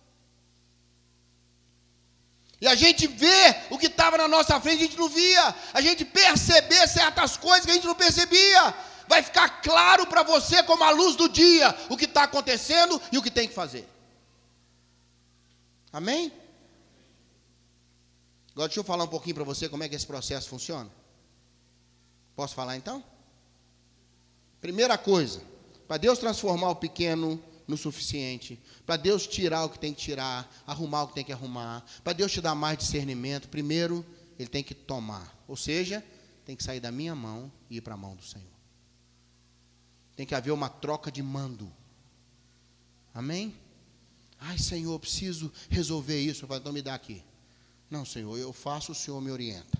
E a gente vê o que estava na nossa frente, a gente não via. A gente perceber certas coisas que a gente não percebia. Vai ficar claro para você, como a luz do dia, o que está acontecendo e o que tem que fazer. Amém? Agora deixa eu falar um pouquinho para você como é que esse processo funciona. Posso falar então? Primeira coisa, para Deus transformar o pequeno no suficiente, para Deus tirar o que tem que tirar, arrumar o que tem que arrumar, para Deus te dar mais discernimento, primeiro Ele tem que tomar, ou seja, tem que sair da minha mão e ir para a mão do Senhor. Tem que haver uma troca de mando. Amém? Senhor, eu preciso resolver isso. Eu falo, então me dá aqui. Não, Senhor, eu faço, o Senhor me orienta.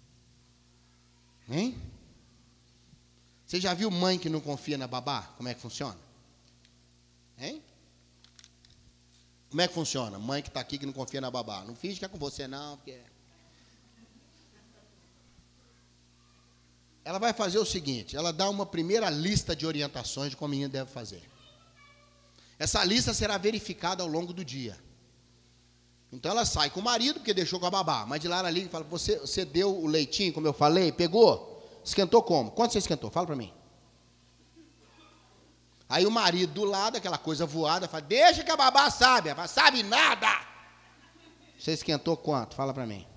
Hein? Você já viu mãe que não confia na babá? Como é que funciona? Hein? Como é que funciona? Mãe que está aqui que não confia na babá. Não finge que é com você não, porque... Ela vai fazer o seguinte, ela dá uma primeira lista de orientações de como a menina deve fazer. Essa lista será verificada ao longo do dia. Então ela sai com o marido, porque deixou com a babá. Mas de lá ela liga e fala, você deu o leitinho, como eu falei, pegou? Esquentou como? Quanto você esquentou? Fala para mim. Aí o marido do lado, aquela coisa voada, fala, deixa que a babá sabe. Ela fala, sabe nada. Você esquentou quanto? Fala para mim.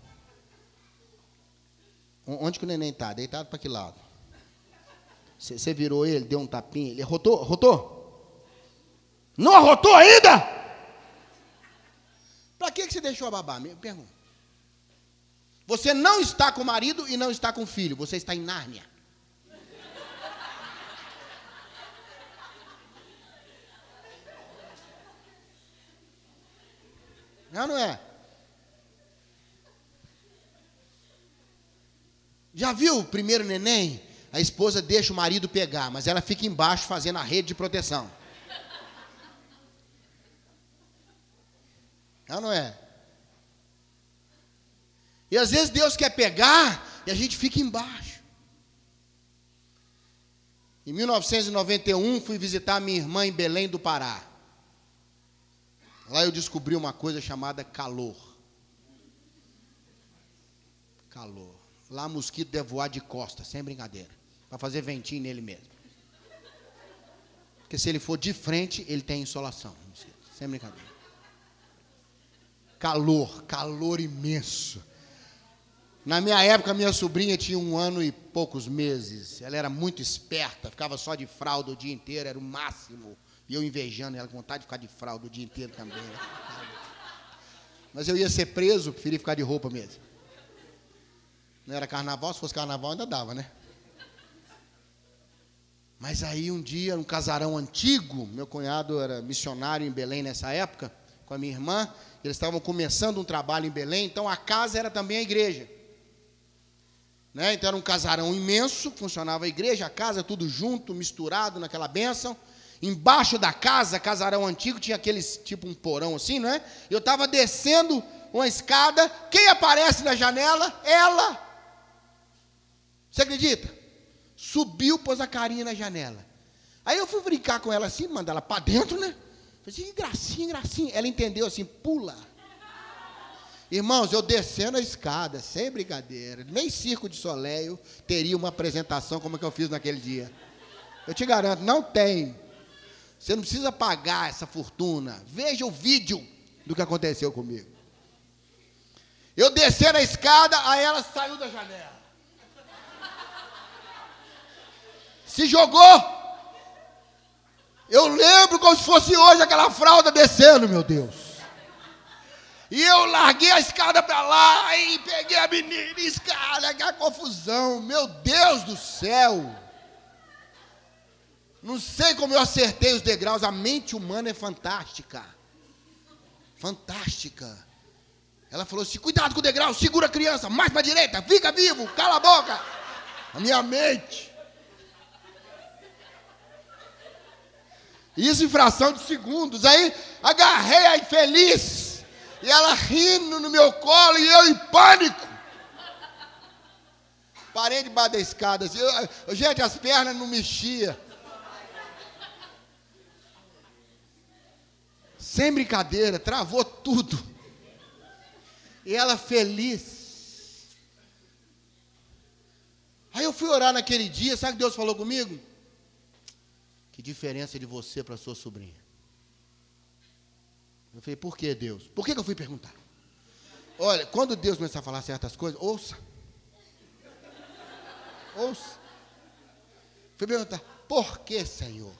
Onde que o neném está? Deitado para que lado? Você virou ele, deu um tapinha, ele arrotou? Arrotou? Não arrotou ainda? Para que você deixou a babá? Me pergunta. Você não está com o marido e não está com o filho. Você está em Nárnia. Não é? Já viu o primeiro neném? A esposa deixa o marido pegar, mas ela fica embaixo fazendo a rede de proteção. Não é? E às vezes Deus quer pegar e a gente fica embaixo. Em 1991, fui visitar minha irmã em Belém do Pará. Lá eu descobri uma coisa chamada calor. Calor. Lá mosquito deve voar de costas, sem brincadeira. Para fazer ventinho nele mesmo. Porque se ele for de frente, ele tem insolação. Sem brincadeira. Calor imenso. Na minha época, minha sobrinha tinha 1 ano e poucos meses. Ela era muito esperta, ficava só de fralda o dia inteiro, era o máximo. E eu invejando ela, com vontade de ficar de fralda o dia inteiro também. Mas eu ia ser preso, preferi ficar de roupa mesmo. Não era carnaval, se fosse carnaval ainda dava, né? Mas aí um dia, um casarão antigo, meu cunhado era missionário em Belém nessa época, com a minha irmã, eles estavam começando um trabalho em Belém, então a casa era também a igreja. Né? Então era um casarão imenso, funcionava a igreja, a casa, tudo junto, misturado naquela bênção. Embaixo da casa, casarão antigo, tinha aqueles, tipo um porão assim, não é? Eu estava descendo uma escada, quem aparece na janela? Ela. Você acredita? Subiu, pôs a carinha na janela. Aí eu fui brincar com ela assim, mandar ela para dentro, né? Falei assim, gracinha. Ela entendeu assim, pula. Irmãos, eu descendo a escada, sem brincadeira, nem Circo de Soleil teria uma apresentação como a que eu fiz naquele dia. Eu te garanto, não tem. Você não precisa pagar essa fortuna. Veja o vídeo do que aconteceu comigo. Eu descendo a escada, aí ela saiu da janela. Se jogou. Eu lembro como se fosse hoje aquela fralda descendo, meu Deus. E eu larguei a escada para lá e peguei a menina e escada, aquela confusão. Meu Deus do céu. Não sei como eu acertei os degraus. A mente humana é fantástica. Fantástica. Ela falou assim, cuidado com o degrau, segura a criança, mais para a direita, fica vivo, cala a boca. A minha mente. Isso em fração de segundos. Aí agarrei a infeliz. E ela rindo no meu colo e eu em pânico. Parei debaixo da escada. Assim, gente, as pernas não mexiam. Sem brincadeira, travou tudo. E ela feliz. Aí eu fui orar naquele dia, sabe o que Deus falou comigo? Que diferença de você para sua sobrinha. Eu falei, por que Deus? Por que eu fui perguntar? Olha, quando Deus começar a falar certas coisas, ouça. Fui perguntar, por que, Senhor?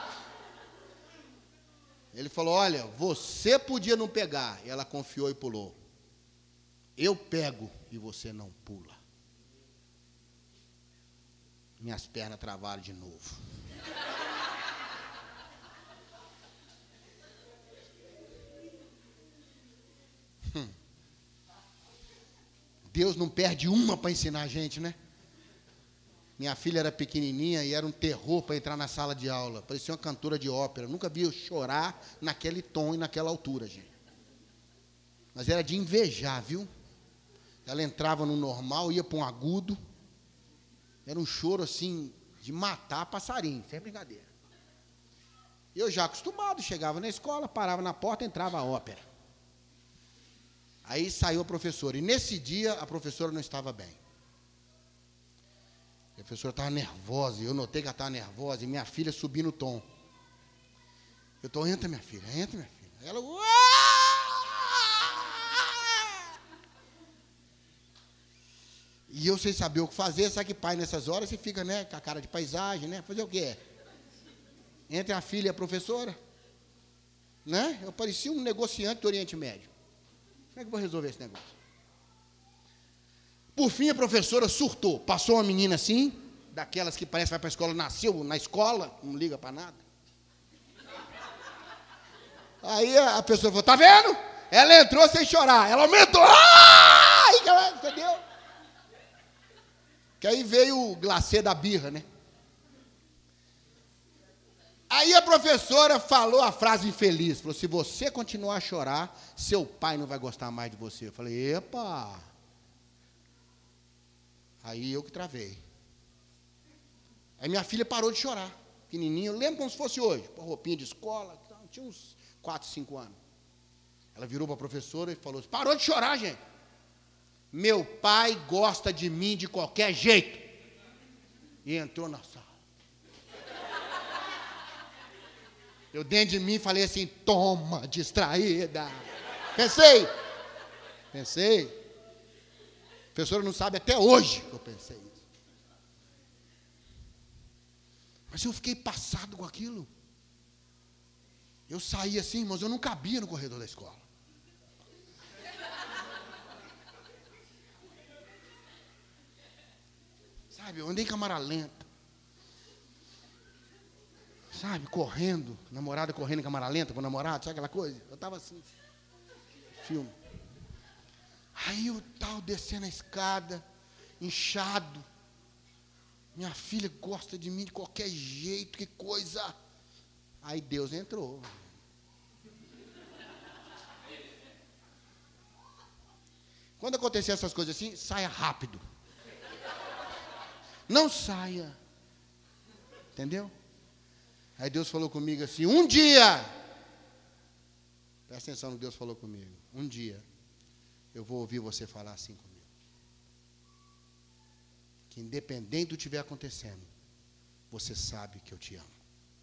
Ele falou, olha, você podia não pegar. E ela confiou e pulou. Eu pego e você não pula. Minhas pernas travaram de novo. Deus não perde uma para ensinar a gente, né? Minha filha era pequenininha e era um terror para entrar na sala de aula. Parecia uma cantora de ópera. Nunca vi eu chorar naquele tom e naquela altura, gente. Mas era de invejar, viu? Ela entrava no normal, ia para um agudo. Era um choro assim, de matar passarinho, sem brincadeira. Eu já acostumado, chegava na escola, parava na porta, entrava a ópera. Aí saiu a professora. E nesse dia, a professora não estava bem. A professora estava nervosa. E eu notei que ela estava nervosa. E minha filha subiu no tom. Eu estou, entra minha filha. Ela, uau! E eu sem saber o que fazer. Sabe que pai nessas horas você fica, né, com a cara de paisagem, né? Fazer o quê? Entre a filha e a professora. Né? Eu parecia um negociante do Oriente Médio. Como é que eu vou resolver esse negócio? Por fim, a professora surtou. Passou uma menina assim, daquelas que parece que vai para a escola, nasceu na escola, não liga para nada. Aí a pessoa falou, tá vendo? Ela entrou sem chorar. Ela aumentou. Entendeu? Que aí veio o glacê da birra, né? Aí a professora falou a frase infeliz. Falou, se você continuar a chorar, seu pai não vai gostar mais de você. Eu falei, epa. Aí eu que travei. Aí minha filha parou de chorar. Pequenininha, eu lembro como se fosse hoje. Com a roupinha de escola, tinha uns 4, 5 anos. Ela virou para a professora e falou, parou de chorar, gente. Meu pai gosta de mim de qualquer jeito. E entrou na sala. Eu dentro de mim falei assim, toma, distraída. Pensei. A professora não sabe até hoje que eu pensei isso. Mas eu fiquei passado com aquilo. Eu saí assim, mas eu não cabia no corredor da escola. Sabe, eu andei em câmara lenta. Sabe, correndo. Namorada correndo em câmara lenta com o namorado, sabe aquela coisa? Eu estava assim, filme. Aí eu estava descendo a escada, inchado. Minha filha gosta de mim de qualquer jeito, que coisa. Aí Deus entrou. Quando acontecer essas coisas assim, saia rápido. Não saia. Entendeu? Aí Deus falou comigo assim, um dia. Presta atenção no que Deus falou comigo. Um dia, eu vou ouvir você falar assim comigo. Que independente do que estiver acontecendo, você sabe que eu te amo.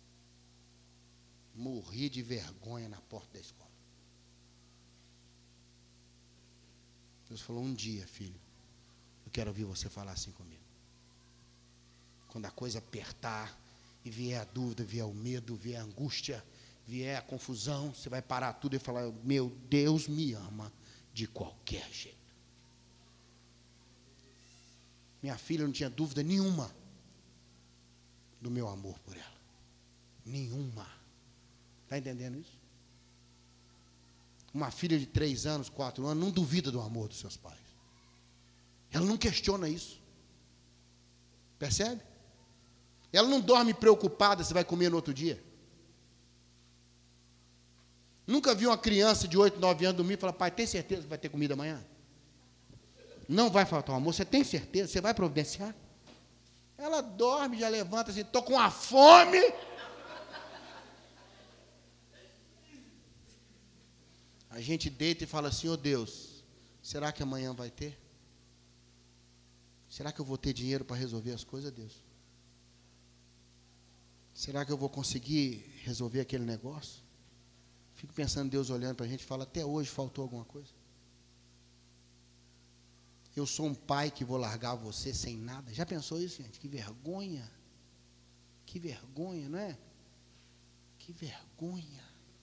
Morri de vergonha na porta da escola. Deus falou, um dia, filho, eu quero ouvir você falar assim comigo. Quando a coisa apertar, e vier a dúvida, vier o medo, vier a angústia, vier a confusão, você vai parar tudo e falar, meu Deus me ama de qualquer jeito. Minha filha não tinha dúvida nenhuma do meu amor por ela. Nenhuma. Está entendendo isso? Uma filha de 3 anos, 4 anos, não duvida do amor dos seus pais. Ela não questiona isso. Percebe? Ela não dorme preocupada se vai comer no outro dia. Nunca vi uma criança de 8, 9 anos dormir e falar, pai, tem certeza que vai ter comida amanhã? Não vai faltar o almoço, você tem certeza? Você vai providenciar? Ela dorme, já levanta assim, estou com uma fome. A gente deita e fala assim, Deus, será que amanhã vai ter? Será que eu vou ter dinheiro para resolver as coisas, Deus? Será que eu vou conseguir resolver aquele negócio? Fico pensando, Deus olhando para a gente e fala, até hoje faltou alguma coisa? Eu sou um pai que vou largar você sem nada. Já pensou isso, gente? Que vergonha. Que vergonha, não é? Que vergonha.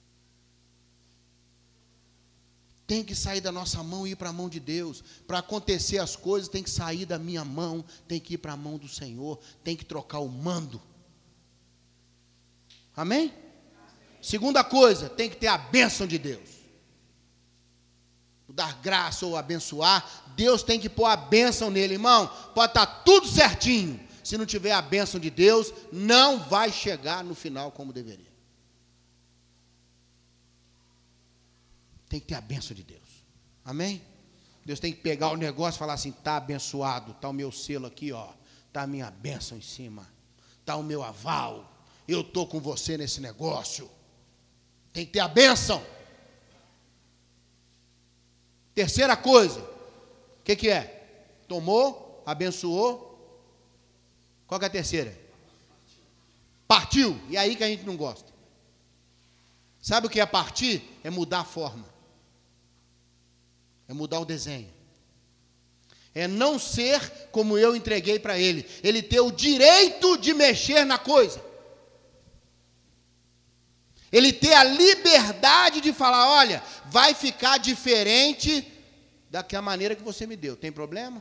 Tem que sair da nossa mão e ir para a mão de Deus. Para acontecer as coisas, tem que sair da minha mão, tem que ir para a mão do Senhor, tem que trocar o mando. Amém? Segunda coisa, tem que ter a bênção de Deus. Dar graça ou abençoar, Deus tem que pôr a bênção nele, irmão. Pode estar tudo certinho. Se não tiver a bênção de Deus, não vai chegar no final como deveria. Tem que ter a bênção de Deus. Amém? Deus tem que pegar o negócio e falar assim, está abençoado, está o meu selo aqui, ó, está a minha bênção em cima, está o meu aval, eu estou com você nesse negócio. Tem que ter a bênção. Terceira coisa, o que é? Tomou, abençoou. Qual que é a terceira? Partiu. E é aí que a gente não gosta. Sabe o que é partir? É mudar a forma. É mudar o desenho. É não ser como eu entreguei para ele. Ele ter o direito de mexer na coisa. Ele ter a liberdade de falar, olha, vai ficar diferente daquela maneira que você me deu. Tem problema?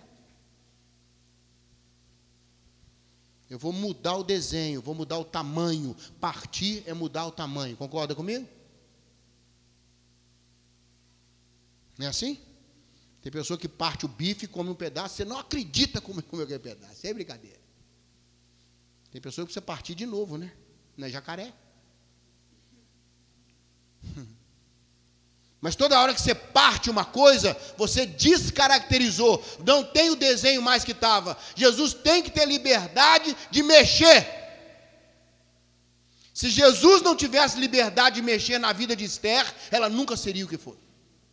Eu vou mudar o desenho, vou mudar o tamanho. Partir é mudar o tamanho. Concorda comigo? Não é assim? Tem pessoa que parte o bife e come um pedaço, você não acredita como comeu aquele pedaço. Isso é brincadeira. Tem pessoa que precisa partir de novo, né? Não é jacaré. Mas toda hora que você parte uma coisa, você descaracterizou. Não tem o desenho mais que estava. Jesus tem que ter liberdade de mexer. Se Jesus não tivesse liberdade de mexer na vida de Esther, ela nunca seria o que foi.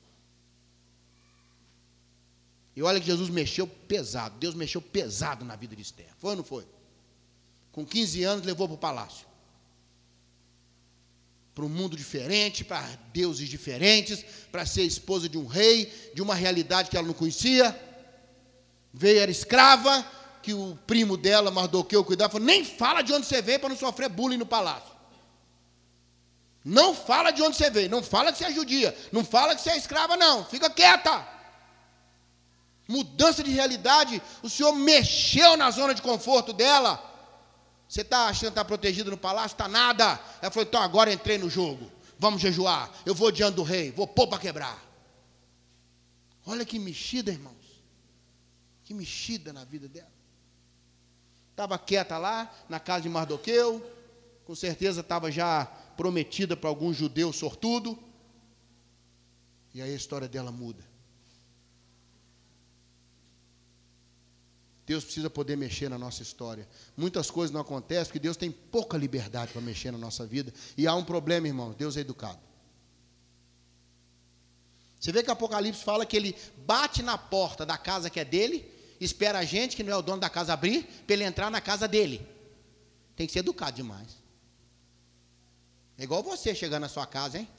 E olha que Jesus mexeu pesado. Deus mexeu pesado na vida de Esther. Foi ou não foi? Com 15 anos levou para o palácio. Para um mundo diferente, para deuses diferentes, para ser esposa de um rei, de uma realidade que ela não conhecia. Veio, era escrava, que o primo dela, Mardoqueu, cuidava, falou, nem fala de onde você veio para não sofrer bullying no palácio. Não fala de onde você veio, não fala que você é judia, não fala que você é escrava, não, fica quieta. Mudança de realidade, o Senhor mexeu na zona de conforto dela. Você está achando que está protegido no palácio? Está nada. Ela falou, então agora entrei no jogo. Vamos jejuar. Eu vou diante do rei. Vou pôr para quebrar. Olha que mexida, irmãos. Que mexida na vida dela. Estava quieta lá, na casa de Mardoqueu. Com certeza estava já prometida para algum judeu sortudo. E aí a história dela muda. Deus precisa poder mexer na nossa história. Muitas coisas não acontecem porque Deus tem pouca liberdade para mexer na nossa vida. E há um problema, irmãos, Deus é educado. Você vê que o Apocalipse fala que ele bate na porta da casa que é dele, espera a gente, que não é o dono da casa, abrir, para ele entrar na casa dele. Tem que ser educado demais. É igual você chegar na sua casa, hein?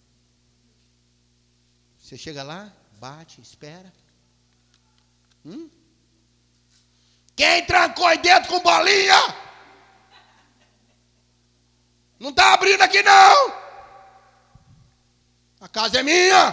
Você chega lá, bate, espera. Quem trancou aí dentro com bolinha? Não está abrindo aqui não. A casa é minha.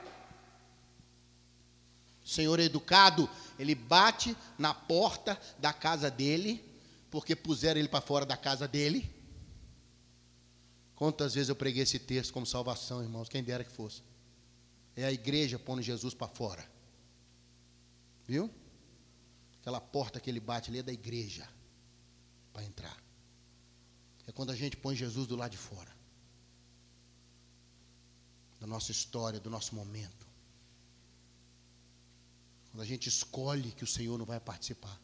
O Senhor é educado, ele bate na porta da casa dele, porque puseram ele para fora da casa dele. Quantas vezes eu preguei esse texto como salvação, irmãos, quem dera que fosse. É a igreja pondo Jesus para fora. Viu? Aquela porta que ele bate ali é da igreja para entrar. É quando a gente põe Jesus do lado de fora. Da nossa história, do nosso momento. Quando a gente escolhe que o Senhor não vai participar.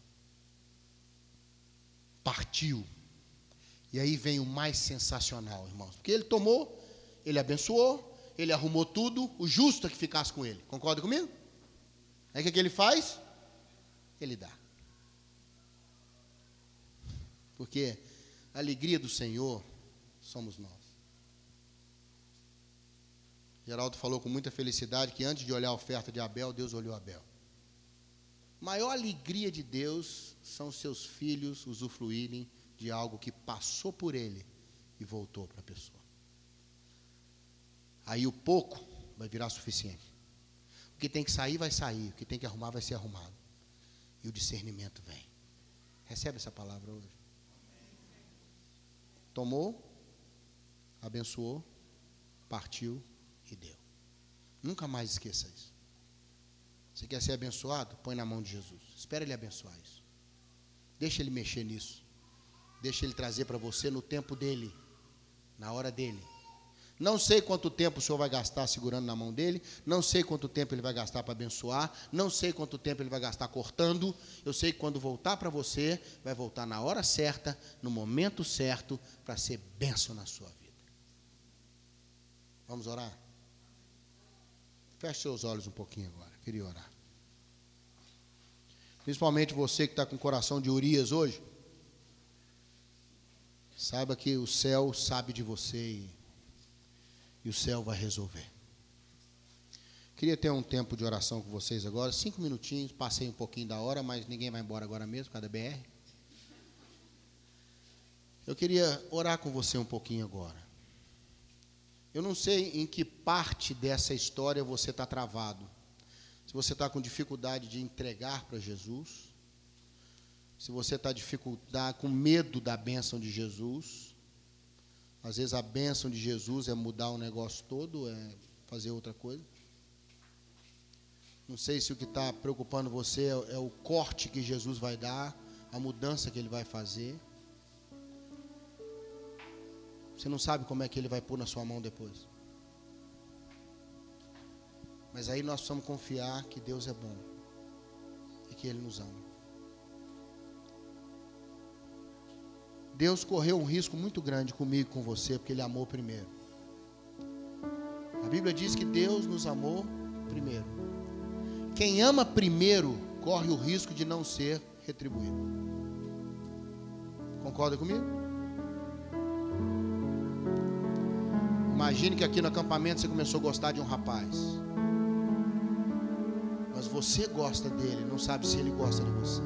Partiu. E aí vem o mais sensacional, irmãos. Porque ele tomou, ele abençoou, ele arrumou tudo, o justo é que ficasse com ele. Concorda comigo? Aí o que ele faz? Ele dá. Porque a alegria do Senhor somos nós. Geraldo falou com muita felicidade que antes de olhar a oferta de Abel, Deus olhou Abel. A maior alegria de Deus são seus filhos usufruírem de algo que passou por ele e voltou para a pessoa. Aí o pouco vai virar suficiente. O que tem que sair, vai sair. O que tem que arrumar, vai ser arrumado. E o discernimento vem. Recebe essa palavra hoje. Tomou, abençoou, partiu e deu. Nunca mais esqueça isso. Você quer ser abençoado? Põe na mão de Jesus. Espera ele abençoar isso. Deixa ele mexer nisso. Deixa ele trazer para você no tempo dele, na hora dele. Não sei quanto tempo o Senhor vai gastar segurando na mão dele, não sei quanto tempo ele vai gastar para abençoar, não sei quanto tempo ele vai gastar cortando, eu sei que quando voltar para você, vai voltar na hora certa, no momento certo, para ser bênção na sua vida. Vamos orar? Feche seus olhos um pouquinho agora, eu queria orar. Principalmente você que está com o coração de Urias hoje, saiba que o céu sabe de você e o céu vai resolver. Queria ter um tempo de oração com vocês agora, 5 minutinhos, passei um pouquinho da hora, mas ninguém vai embora agora mesmo, por causa da BR. Eu queria orar com você um pouquinho agora. Eu não sei em que parte dessa história você está travado. Se você está com dificuldade de entregar para Jesus, se você está com medo da bênção de Jesus. Às vezes a bênção de Jesus é mudar o negócio todo, é fazer outra coisa. Não sei se o que está preocupando você é o corte que Jesus vai dar, a mudança que ele vai fazer. Você não sabe como é que ele vai pôr na sua mão depois. Mas aí nós precisamos confiar que Deus é bom e que Ele nos ama. Deus correu um risco muito grande comigo e com você, porque Ele amou primeiro. A Bíblia diz que Deus nos amou primeiro. Quem ama primeiro corre o risco de não ser retribuído. Concorda comigo? Imagine que aqui no acampamento você começou a gostar de um rapaz. Mas você gosta dele, não sabe se ele gosta de você.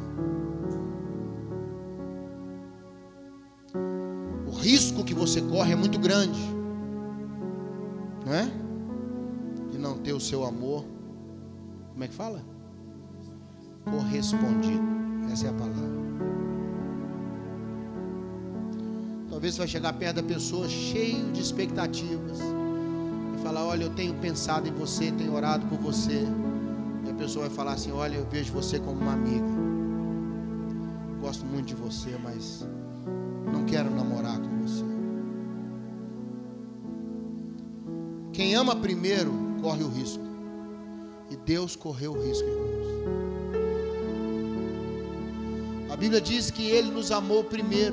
O risco que você corre é muito grande, não é? De não ter o seu amor, como é que fala? Correspondido. Essa é a palavra. Talvez você vai chegar perto da pessoa cheio de expectativas e falar: olha, eu tenho pensado em você, tenho orado por você. E a pessoa vai falar assim: olha, eu vejo você como uma amiga, gosto muito de você, mas não quero namorar com você. Quem ama primeiro corre o risco. E Deus correu o risco, irmãos. A Bíblia diz que Ele nos amou primeiro.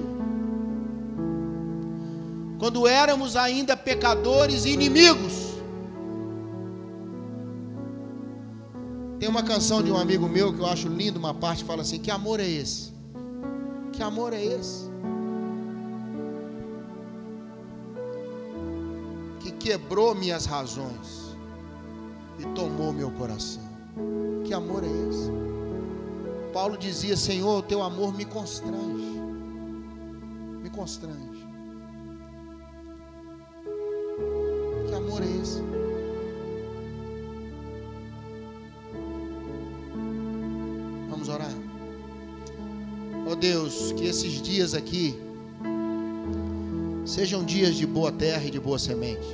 Quando éramos ainda pecadores e inimigos. Tem uma canção de um amigo meu que eu acho lindo, uma parte que fala assim: que amor é esse? Que amor é esse? Que quebrou minhas razões e tomou meu coração. Que amor é esse? Paulo dizia: Senhor, o teu amor me constrange. Me constrange. Que amor é esse? Vamos orar. Oh Deus, que esses dias aqui sejam dias de boa terra e de boa semente.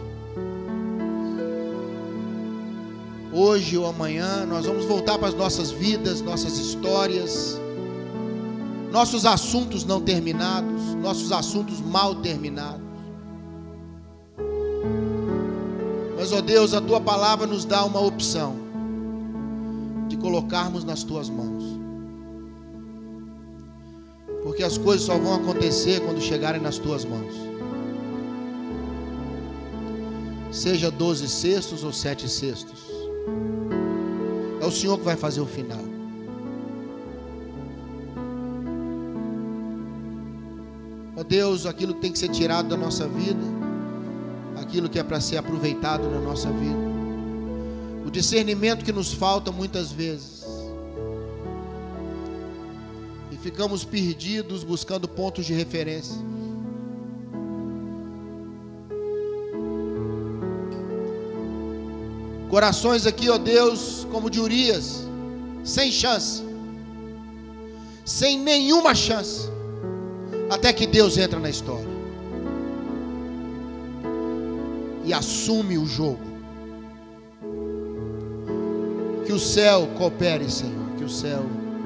Hoje ou amanhã nós vamos voltar para as nossas vidas, nossas histórias, nossos assuntos não terminados, nossos assuntos mal terminados. Mas, ó Deus, a Tua palavra nos dá uma opção de colocarmos nas Tuas mãos. Porque as coisas só vão acontecer quando chegarem nas Tuas mãos. Seja 12 cestos ou 7 cestos. É o Senhor que vai fazer o final. Ó Deus, aquilo que tem que ser tirado da nossa vida, aquilo que é para ser aproveitado na nossa vida, o discernimento que nos falta muitas vezes, e ficamos perdidos buscando pontos de referência. Corações aqui, ó Deus, como de Urias, sem chance, sem nenhuma chance, até que Deus entra na história e assume o jogo. Que o céu coopere, Senhor, que o céu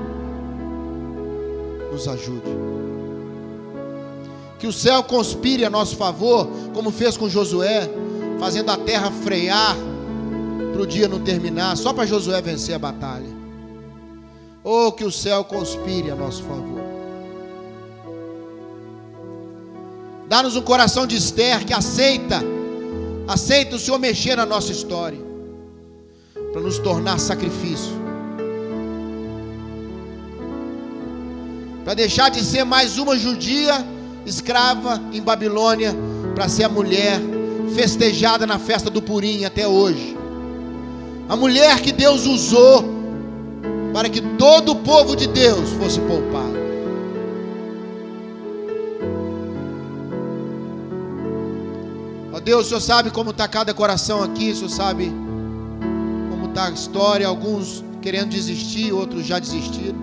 nos ajude, que o céu conspire a nosso favor, como fez com Josué, fazendo a terra frear para o dia não terminar, só para Josué vencer a batalha. Oh, que o céu conspire a nosso favor. Dá-nos um coração de Esther que aceita o Senhor mexer na nossa história, para nos tornar sacrifício, para deixar de ser mais uma judia escrava em Babilônia, para ser a mulher festejada na festa do Purim até hoje. A mulher que Deus usou para que todo o povo de Deus fosse poupado. Ó Deus, o Senhor sabe como está cada coração aqui, o Senhor sabe como está a história, alguns querendo desistir, outros já desistiram.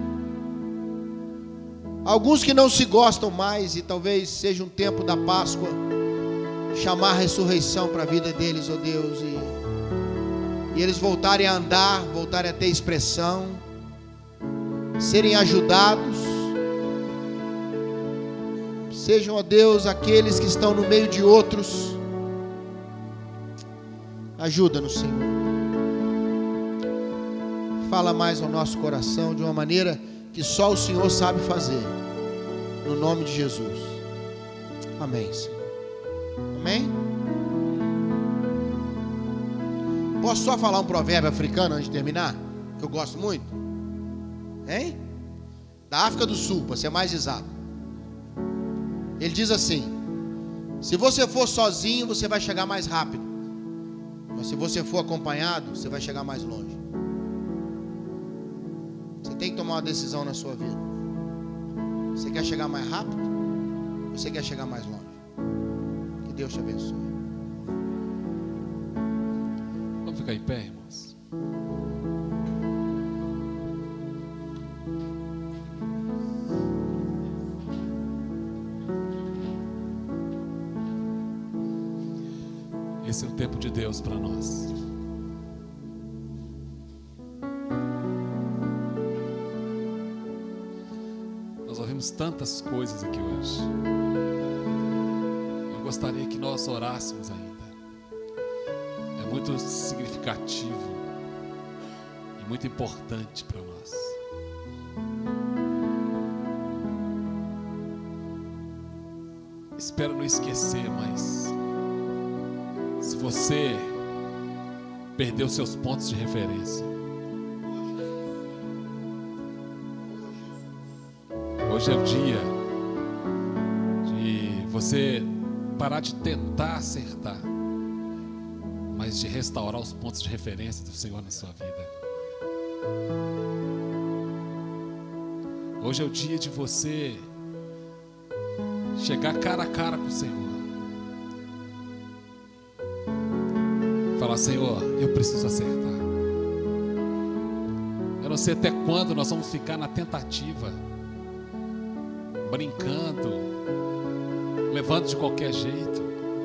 Alguns que não se gostam mais, e talvez seja um tempo da Páscoa, chamar a ressurreição para a vida deles, ó Deus, e eles voltarem a andar, voltarem a ter expressão, serem ajudados. Sejam, ó Deus, aqueles que estão no meio de outros. Ajuda-nos, Senhor. Fala mais ao nosso coração de uma maneira que só o Senhor sabe fazer. No nome de Jesus. Amém, Senhor. Amém? Posso só falar um provérbio africano antes de terminar? Que eu gosto muito. Hein? Da África do Sul, para ser mais exato. Ele diz assim: se você for sozinho, você vai chegar mais rápido. Mas se você for acompanhado, você vai chegar mais longe. Você tem que tomar uma decisão na sua vida. Você quer chegar mais rápido? Ou você quer chegar mais longe? Que Deus te abençoe. Vamos ficar em pé, irmãos. Esse é o tempo de Deus para nós. Nós ouvimos tantas coisas aqui hoje. Eu gostaria que nós orássemos ainda. É muito significativo e muito importante para nós. Espero não esquecer, mas se você perdeu seus pontos de referência, hoje é o dia de você parar de tentar acertar, mas de restaurar os pontos de referência do Senhor na sua vida. Hoje é o dia de você chegar cara a cara com o Senhor. Falar: Senhor, eu preciso acertar. Eu não sei até quando nós vamos ficar na tentativa, brincando, levando de qualquer jeito.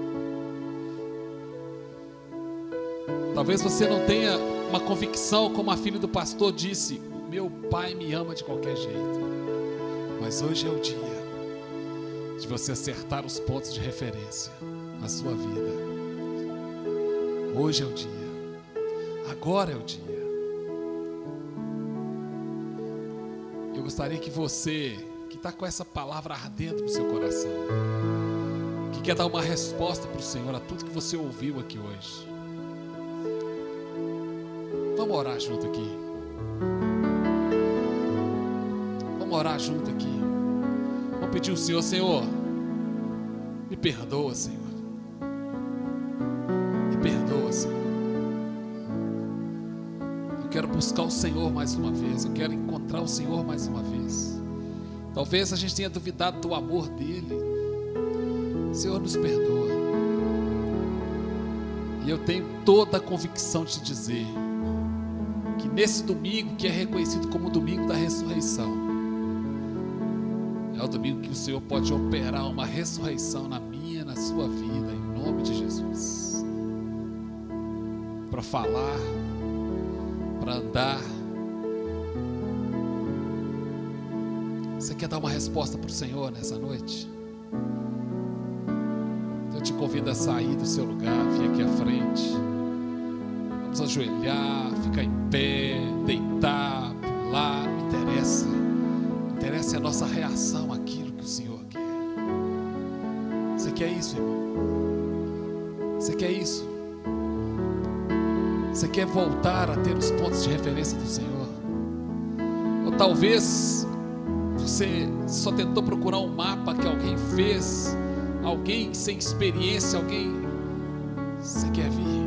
Talvez você não tenha uma convicção, como a filha do pastor disse: o meu pai me ama de qualquer jeito. Mas hoje é o dia de você acertar os pontos de referência na sua vida. Hoje é o dia. Agora é o dia. Eu gostaria que você, que está com essa palavra ardendo no seu coração, que quer dar uma resposta para o Senhor a tudo que você ouviu aqui hoje, vamos orar junto aqui. Vamos orar junto aqui. Vamos pedir ao Senhor: Senhor, me perdoa, Senhor. Me perdoa, Senhor. Eu quero buscar o Senhor mais uma vez. Eu quero encontrar o Senhor mais uma vez. Talvez a gente tenha duvidado do amor dEle. Senhor, nos perdoa. E eu tenho toda a convicção de te dizer que nesse domingo, que é reconhecido como o domingo da ressurreição, é o domingo que o Senhor pode operar uma ressurreição na minha, na sua vida, em nome de Jesus. Para falar, para andar. Você quer dar uma resposta para o Senhor nessa noite? Eu te convido a sair do seu lugar, vir aqui à frente. Vamos ajoelhar, ficar em pé, deitar, pular, não interessa. Interessa a nossa reação àquilo que o Senhor quer. Você quer isso, irmão? Você quer isso? Você quer voltar a ter os pontos de referência do Senhor? Ou talvez você só tentou procurar um mapa que alguém fez, alguém sem experiência, alguém... Você quer vir?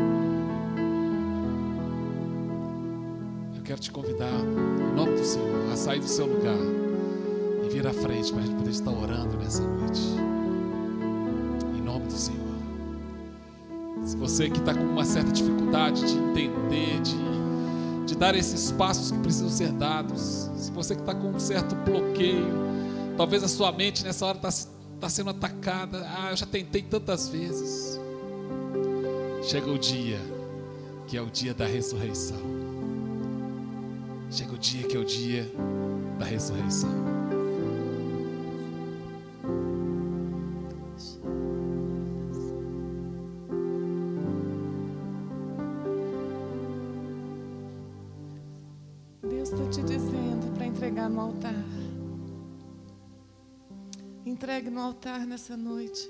Eu quero te convidar, em nome do Senhor, a sair do seu lugar e vir à frente para a gente poder estar orando nessa noite. Em nome do Senhor. Se você que está com uma certa dificuldade de entender, de dar esses passos que precisam ser dados, se você que está com um certo bloqueio, talvez a sua mente nessa hora está sendo atacada. Eu já tentei tantas vezes. Chega o dia que é o dia da ressurreição. Chega o dia que é o dia da ressurreição. Deus está te dizendo para entregar no altar. Entregue no altar nessa noite.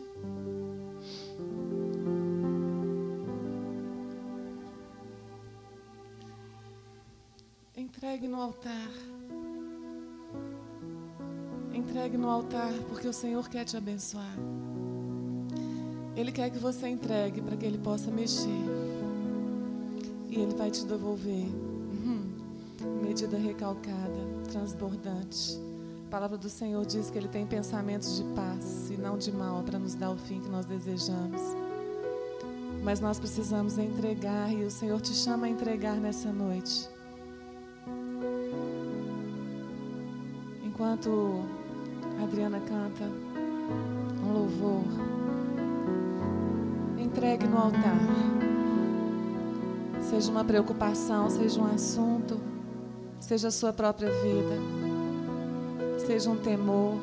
Entregue no altar. Entregue no altar, porque o Senhor quer te abençoar. Ele quer que você entregue para que Ele possa mexer. E Ele vai te devolver. Medida recalcada, transbordante. A palavra do Senhor diz que Ele tem pensamentos de paz e não de mal para nos dar o fim que nós desejamos. Mas nós precisamos entregar, e o Senhor te chama a entregar nessa noite. Enquanto a Adriana canta um louvor, entregue no altar. Seja uma preocupação, seja um assunto, seja a sua própria vida, seja um temor.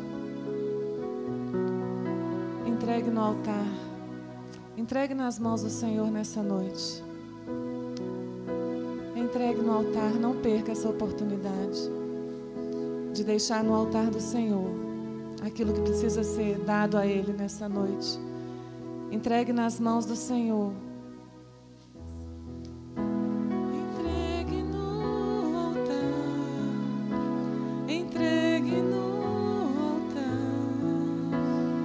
Entregue no altar. Entregue nas mãos do Senhor nessa noite. Entregue no altar, não perca essa oportunidade de deixar no altar do Senhor aquilo que precisa ser dado a Ele nessa noite. Entregue nas mãos do Senhor. Entregue no altar. Entregue no altar.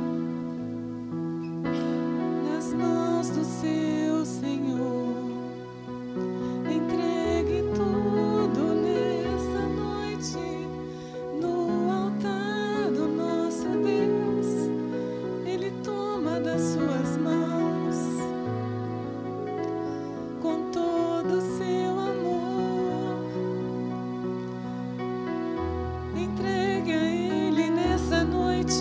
Nas mãos do seu Senhor. Entregue tudo nessa noite. No altar do nosso Deus. Ele toma das suas mãos com todo o seu amor. Entregue a Ele nessa noite.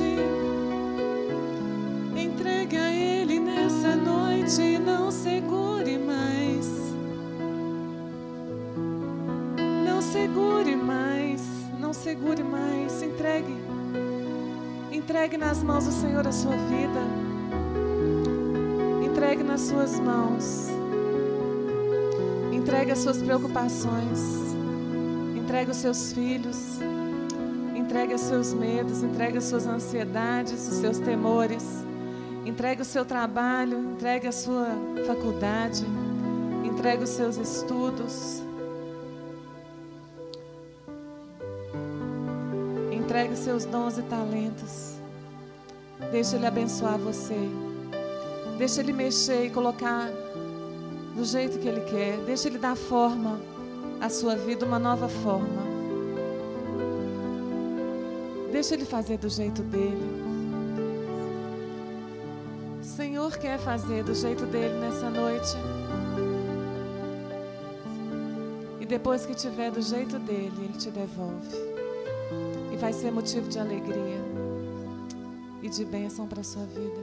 Entregue a Ele nessa noite. Não segure mais. Não segure mais. Não segure mais. Entregue. Entregue nas mãos do Senhor a sua vida. Entregue nas suas mãos. Entregue as suas preocupações. Entregue os seus filhos. Entregue os seus medos. Entregue as suas ansiedades, os seus temores. Entregue o seu trabalho. Entregue a sua faculdade. Entregue os seus estudos. Entregue os seus dons e talentos. Deixa Ele abençoar você. Deixa Ele mexer e colocar do jeito que Ele quer. Deixa Ele dar forma à sua vida, uma nova forma. Deixa Ele fazer do jeito dEle. O Senhor quer fazer do jeito dEle nessa noite. E depois que tiver do jeito dEle, Ele te devolve. E vai ser motivo de alegria e de bênção para a sua vida.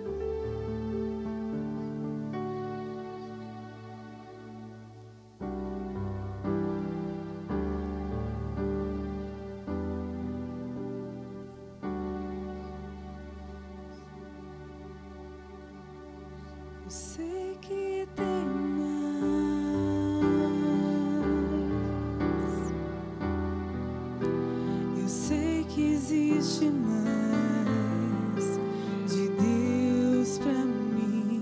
Eu sei que tem mais. Eu sei que existe mais de Deus pra mim.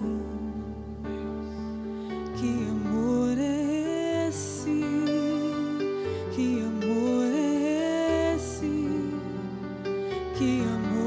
Que amor é esse? Que amor é esse? Que amor